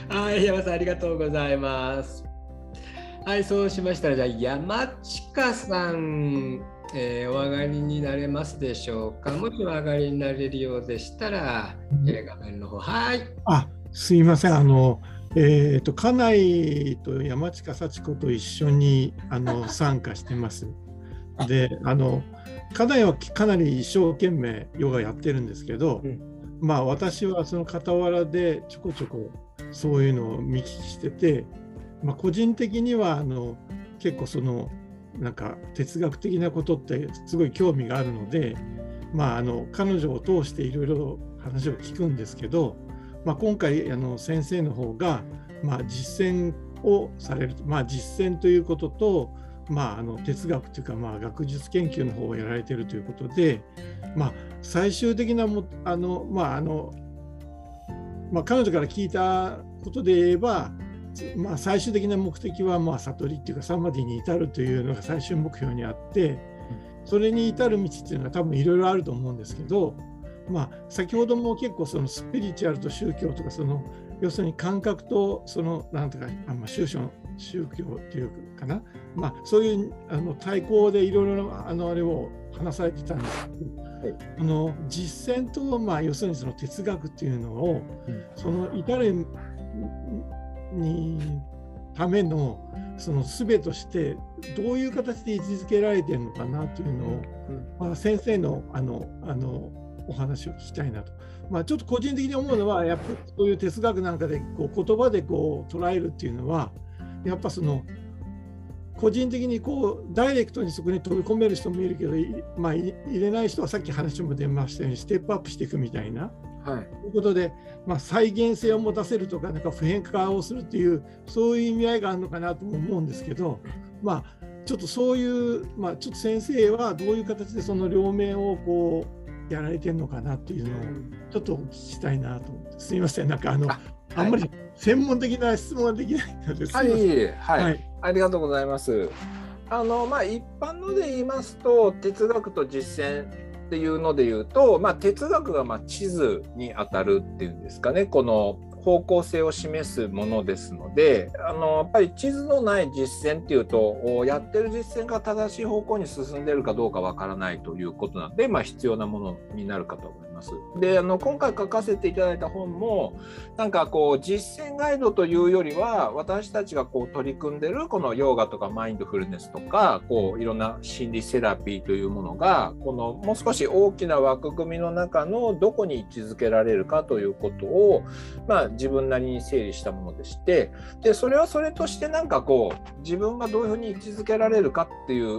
はい、山さんありがとうございます。はい、そうしましたら、じゃあ山近さん、えー、お上がりになれますでしょうか。もしお上がりになれるようでしたら、えー、画面の方、はい。 あ、すいません。あの、えっと、家内と山近幸子と一緒にあの参加してます。で、あの、家内はかなり一生懸命ヨガやってるんですけど、うん、まあ私はその傍らでちょこちょこそういうのを見聞きしてて、まあ、個人的にはあの結構そのなんか哲学的なことってすごい興味があるので、まあ、あの彼女を通していろいろ話を聞くんですけど、まあ、今回あの先生の方がまあ実践をされる、まあ、実践ということと、まあ、あの哲学というかまあ学術研究の方をやられているということで、まあ、最終的なもあの、まああのまあ、彼女から聞いたことで言えば、まあ、最終的な目的はまあ悟りっていうかサマディに至るというのが最終目標にあって、それに至る道っていうのは多分いろいろあると思うんですけど、まあ、先ほども結構そのスピリチュアルと宗教とかその要するに感覚とそのなんとかあ、まあ、宗教宗教っていうかな、まあ、そういうあの対抗でいろいろあのあれを話されてたんですけど、はい、あの実践と、まあ、要するにその哲学っていうのを、うん、その至るにためのその術としてどういう形で位置づけられているのかなというのを、うんまあ、先生のあのあのお話を聞きたいなと。まあ、ちょっと個人的に思うのはやっぱりそういう哲学なんかでこう言葉でこう捉えるっていうのはやっぱその個人的にこうダイレクトにそこに飛び込める人もいるけど、まあ、入れない人はさっき話も出ましたようにステップアップしていくみたいな。はい、ということで、まあ、再現性を持たせるとか、なんか普遍化をするっていうそういう意味合いがあるのかなとも思うんですけど、まあ、ちょっとそういう、まあ、ちょっと先生はどういう形でその両面をこうやられてるのかなっていうのをちょっとお聞きしたいなと思って、すみません、なんかあの あ,、はい、あんまり専門的な質問はできないのです。 はい、はいはい、ありがとうございます。あの、まあ、一般ので言いますと哲学と実践っていうので言うと、まあ、哲学がまあ地図に当たるっていうんですかね、この方向性を示すものですので、あのやっぱり地図のない実践っていうとやってる実践が正しい方向に進んでるかどうかわからないということなので、まあ、必要なものになるかと思います。で、あの今回書かせていただいた本もなんかこう実践ガイドというよりは私たちがこう取り組んでるこのヨガとかマインドフルネスとかこういろんな心理セラピーというものがこのもう少し大きな枠組みの中のどこに位置づけられるかということを、まあ、自分なりに整理したものでして、でそれはそれとしてなんかこう自分がどういうふうに位置づけられるかっていう、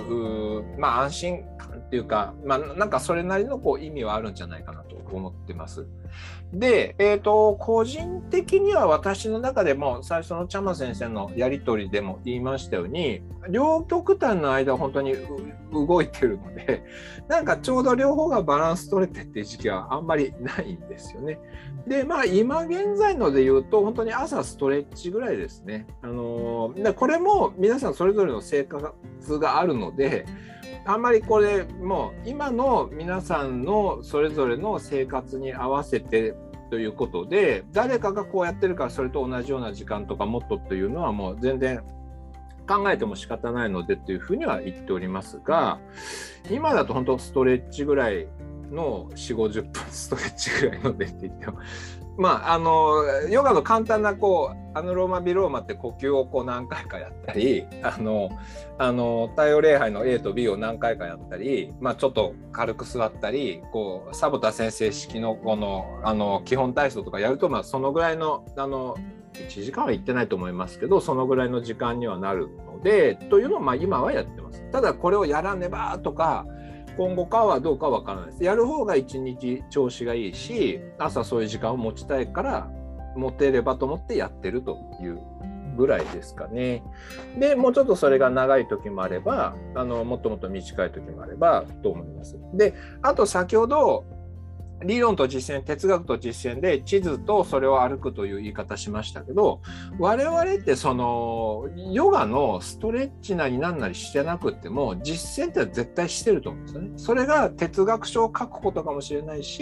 うまあ安心感っていうか、まあ、なんかそれなりのこう意味はあるんじゃないかなと思ってます。で、えーと、個人的には私の中でも最初のチャマ先生のやり取りでも言いましたように両極端の間は本当に動いてるので、なんかちょうど両方がバランス取れてっていう時期はあんまりないんですよね。で、まあ今現在ので言うと本当に朝ストレッチぐらいですね。あのー、これも皆さんそれぞれの生活があるので、あんまりこれもう今の皆さんのそれぞれの生活に合わせてということで、誰かがこうやってるからそれと同じような時間とかもっとというのはもう全然考えても仕方ないのでというふうには言っておりますが、今だと本当ストレッチぐらいのよんじゅうごじゅっぷんストレッチぐらいのでって言ってもまああのヨガの簡単なこうアヌローマビローマって呼吸をこう何回かやったり、あのあの太陽礼拝の A と B を何回かやったり、まあ、ちょっと軽く座ったり、こうサボタ先生式のこのあの基本体操とかやると、まあそのぐらいのあのいちじかんは行ってないと思いますけど、そのぐらいの時間にはなるのでというのをまあ今はやってます。ただこれをやらねばとか今後かはどうかわからないです。やる方が一日調子がいいし、朝そういう時間を持ちたいから持てればと思ってやってるというぐらいですかね。で、もうちょっとそれが長い時もあれば、あのもっともっと短い時もあればと思います。で、あと先ほど理論と実践、哲学と実践で地図とそれを歩くという言い方しましたけど、我々ってそのヨガのストレッチなりなんなりしてなくっても実践って絶対してると思うんですよね。それが哲学書を書くことかもしれないし、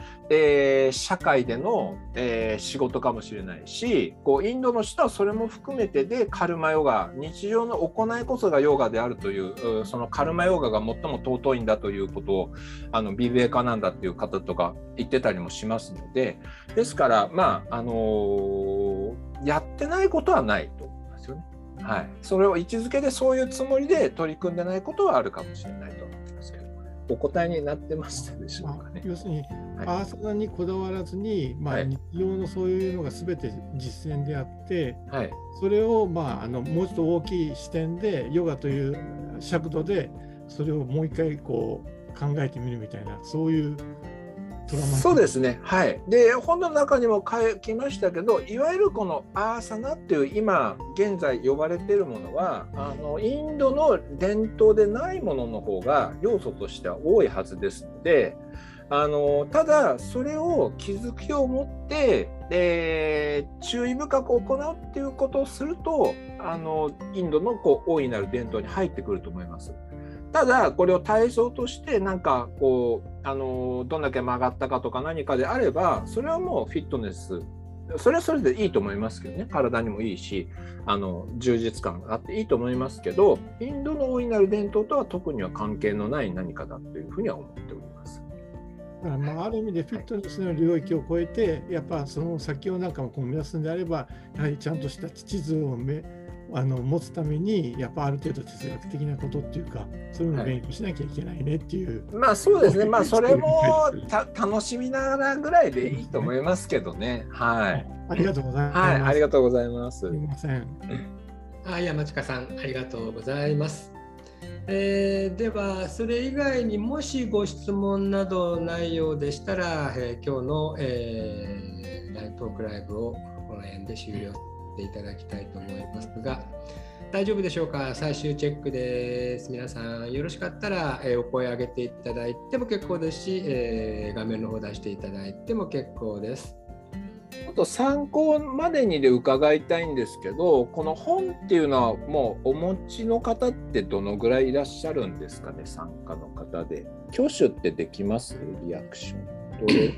えー、社会での、えー、仕事かもしれないし、こうインドの人はそれも含めてでカルマヨガ、日常の行いこそがヨガであるという、そのカルマヨガが最も尊いんだということをあのビベーカナンダっていう方とか言ってたりもしますので、ですからまああのー、やってないことはないと思いますよね。はい、それを位置づけでそういうつもりで取り組んでないことはあるかもしれないと思いますけど、お答えになってましたでしょうかね。 まあ、要するに、はい、アーサナにこだわらずに、まあ、 はい、 日常のそういうのが全て実践であって、 はい、 それを、まあ、あのもうちょっと大きい視点でヨガという尺度でそれをもう一回こう考えてみるみたいな、そういうそうですね。はい。で、本の中にも書きましたけど、いわゆるこのアーサナっていう今現在呼ばれているものは、あのインドの伝統でないものの方が要素としては多いはずですので、あのただそれを気づきを持って、えー、注意深く行うっていうことをすると、あのインドのこう大いなる伝統に入ってくると思います。ただこれを体操としてなんかこうあのどんだけ曲がったかとか何かであれば、それはもうフィットネス、それはそれでいいと思いますけどね、体にもいいし、あの充実感があっていいと思いますけど、インドの大いなる伝統とは特には関係のない何かだというふうには思っております。 だからまあある意味でフィットネスの領域を超えて、やっぱその先をなんかこう目指すんであれば、やはりちゃんとした地図をめあの持つために、やっぱある程度哲学的なことっていうか、そういうのを勉強しなきゃいけないねっていう、 はい、まあそうですね、まあそれもた楽しみながらぐらいでいいと思いますけどね。はい、 ありがとうございます。 はい、ありがとうございます。すみません。 はい、山近さん、ありがとうございます。えー、ではそれ以外にもしご質問などないようでしたら、えー、今日の、えー、ライブトークライブをこの辺で終了していただきたいと思いますが、大丈夫でしょうか。最終チェックです。皆さんよろしかったら、えー、お声上げていただいても結構ですし、えー、画面の方出していただいても結構です。 あと参考までにで伺いたいんですけど、この本っていうのはもうお持ちの方ってどのぐらいいらっしゃるんですかね、参加の方で。挙手ってできます？リアクション。どれ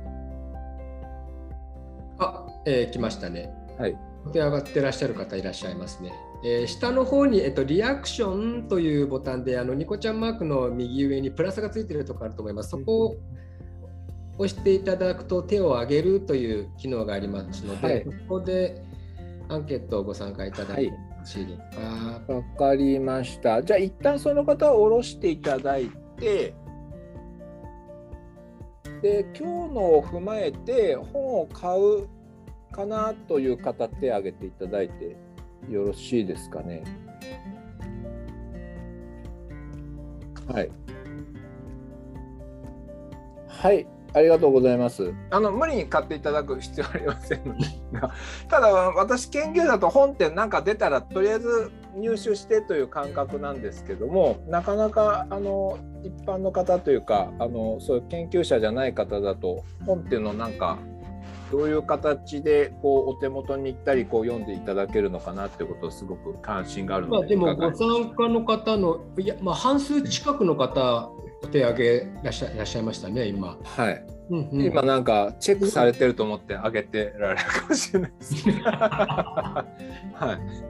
あ、えー、来ましたね。 はい。 手上がってらっしゃる方いらっしゃいますね。えー、下の方に、えっと、リアクションというボタンで、あのニコちゃんマークの右上にプラスがついているところあると思います。そこを押していただくと手を挙げるという機能がありますので、はい、ここでアンケートをご参加いただいてよろしいですか。 わかりました。じゃあ一旦その方を下ろしていただいて、で今日のを踏まえて本を買うかなという方、手を挙げていただいてよろしいですかね。はい。はい。ありがとうございます。あの無理に買っていただく必要はありませんのでただ私研究だと本って何か出たらとりあえず入手してという感覚なんですけども、なかなかあの一般の方というか、あのそういう研究者じゃない方だと本っていうのなんかどういう形でこうお手元に行ったりこう読んでいただけるのかなっていうことをすごく関心があるので、 まあ、でもご参加の方のいや、まあ、半数近くの方お手挙げらっしゃいらっしゃいましたね、今。 はい。うんうん、今なんかチェックされてると思って挙げてられるかもしれないですね。はい。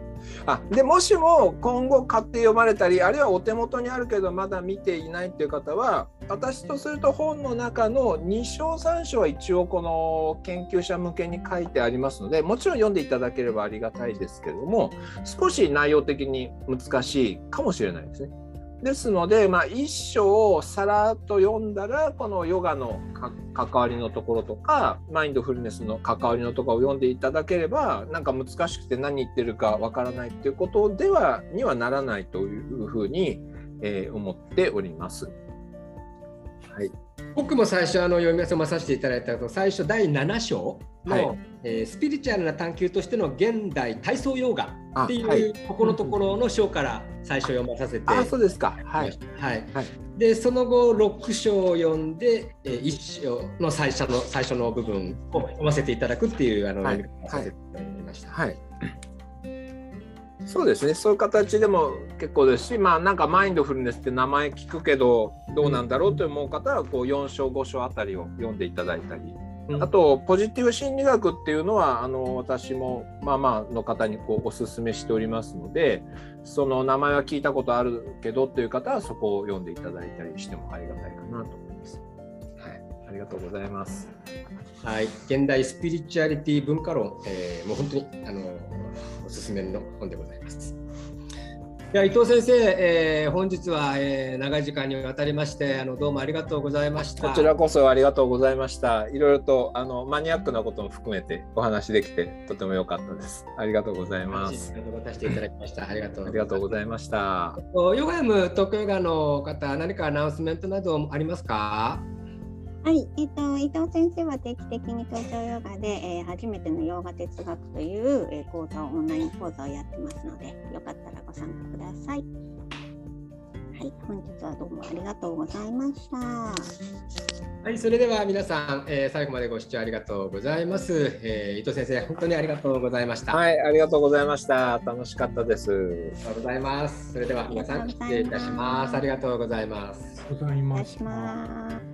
あ、でもしも今後買って読まれたり、あるいはお手元にあるけどまだ見ていないっていう方は、私とすると本の中のに章さん章は一応この研究者向けに書いてありますので、もちろん読んでいただければありがたいですけれども、少し内容的に難しいかもしれないですね。ですので、まあ、一章をさらっと読んだら、このヨガの関わりのところとか、マインドフルネスの関わりのところを読んでいただければ、なんか難しくて何言ってるかわからないっていうことではにはならないというふうに、えー、思っております。はい。 僕も最初あの読み読まさせていただいたと、最初だいなな章の、はい、えー、スピリチュアルな探求としての現代体操ヨガっていう、はい、ここのところの章から最初読まさせて、 あ、そうですか。はい。 はい。はい、でその後ろく章を読んで、えー、いち章の最初の最初の部分を読ませていただくっていうあの、はい、読み方をさせていただきました。 はい。 そうですね、そういう形でも結構ですし、まあなんかマインドフルネスって名前聞くけどどうなんだろうと思う方はこうよん章ご章あたりを読んでいただいたり、あとポジティブ心理学っていうのはあの私もまあまあの方にこうお勧めしておりますので、その名前は聞いたことあるけどという方はそこを読んでいただいたりしてもありがたいかなと思います。はい、ありがとうございます。 はい、現代スピリチュアリティ文化論、えー、もう本当にあのおすすめの本でございます。では伊藤先生、えー、本日は、えー、長い時間にわたりましてあのどうもありがとうございました。 こちらこそありがとうございました。いろいろとあのマニアックなことも含めてお話できてとても良かったです。ありがとうございます。 ありがとうございました。ありがとうございました。 ヨガヤム東京ヨガの方、何かアナウンスメントなどありますか？ はい、えっと、伊藤先生は定期的に東京ヨガで、えー、初めてのヨガ哲学という、えー、講座をオンライン講座をやってますので、よかったらご参加ください。はい、本日はどうもありがとうございました。はい、それでは皆さん、えー、最後までご視聴ありがとうございます、えー。伊藤先生、本当にありがとうございました。 はい、ありがとうございました。楽しかったです。 ありがとうございます。それでは皆さん、失礼いたします。ありがとうございます。 ありがとうございました。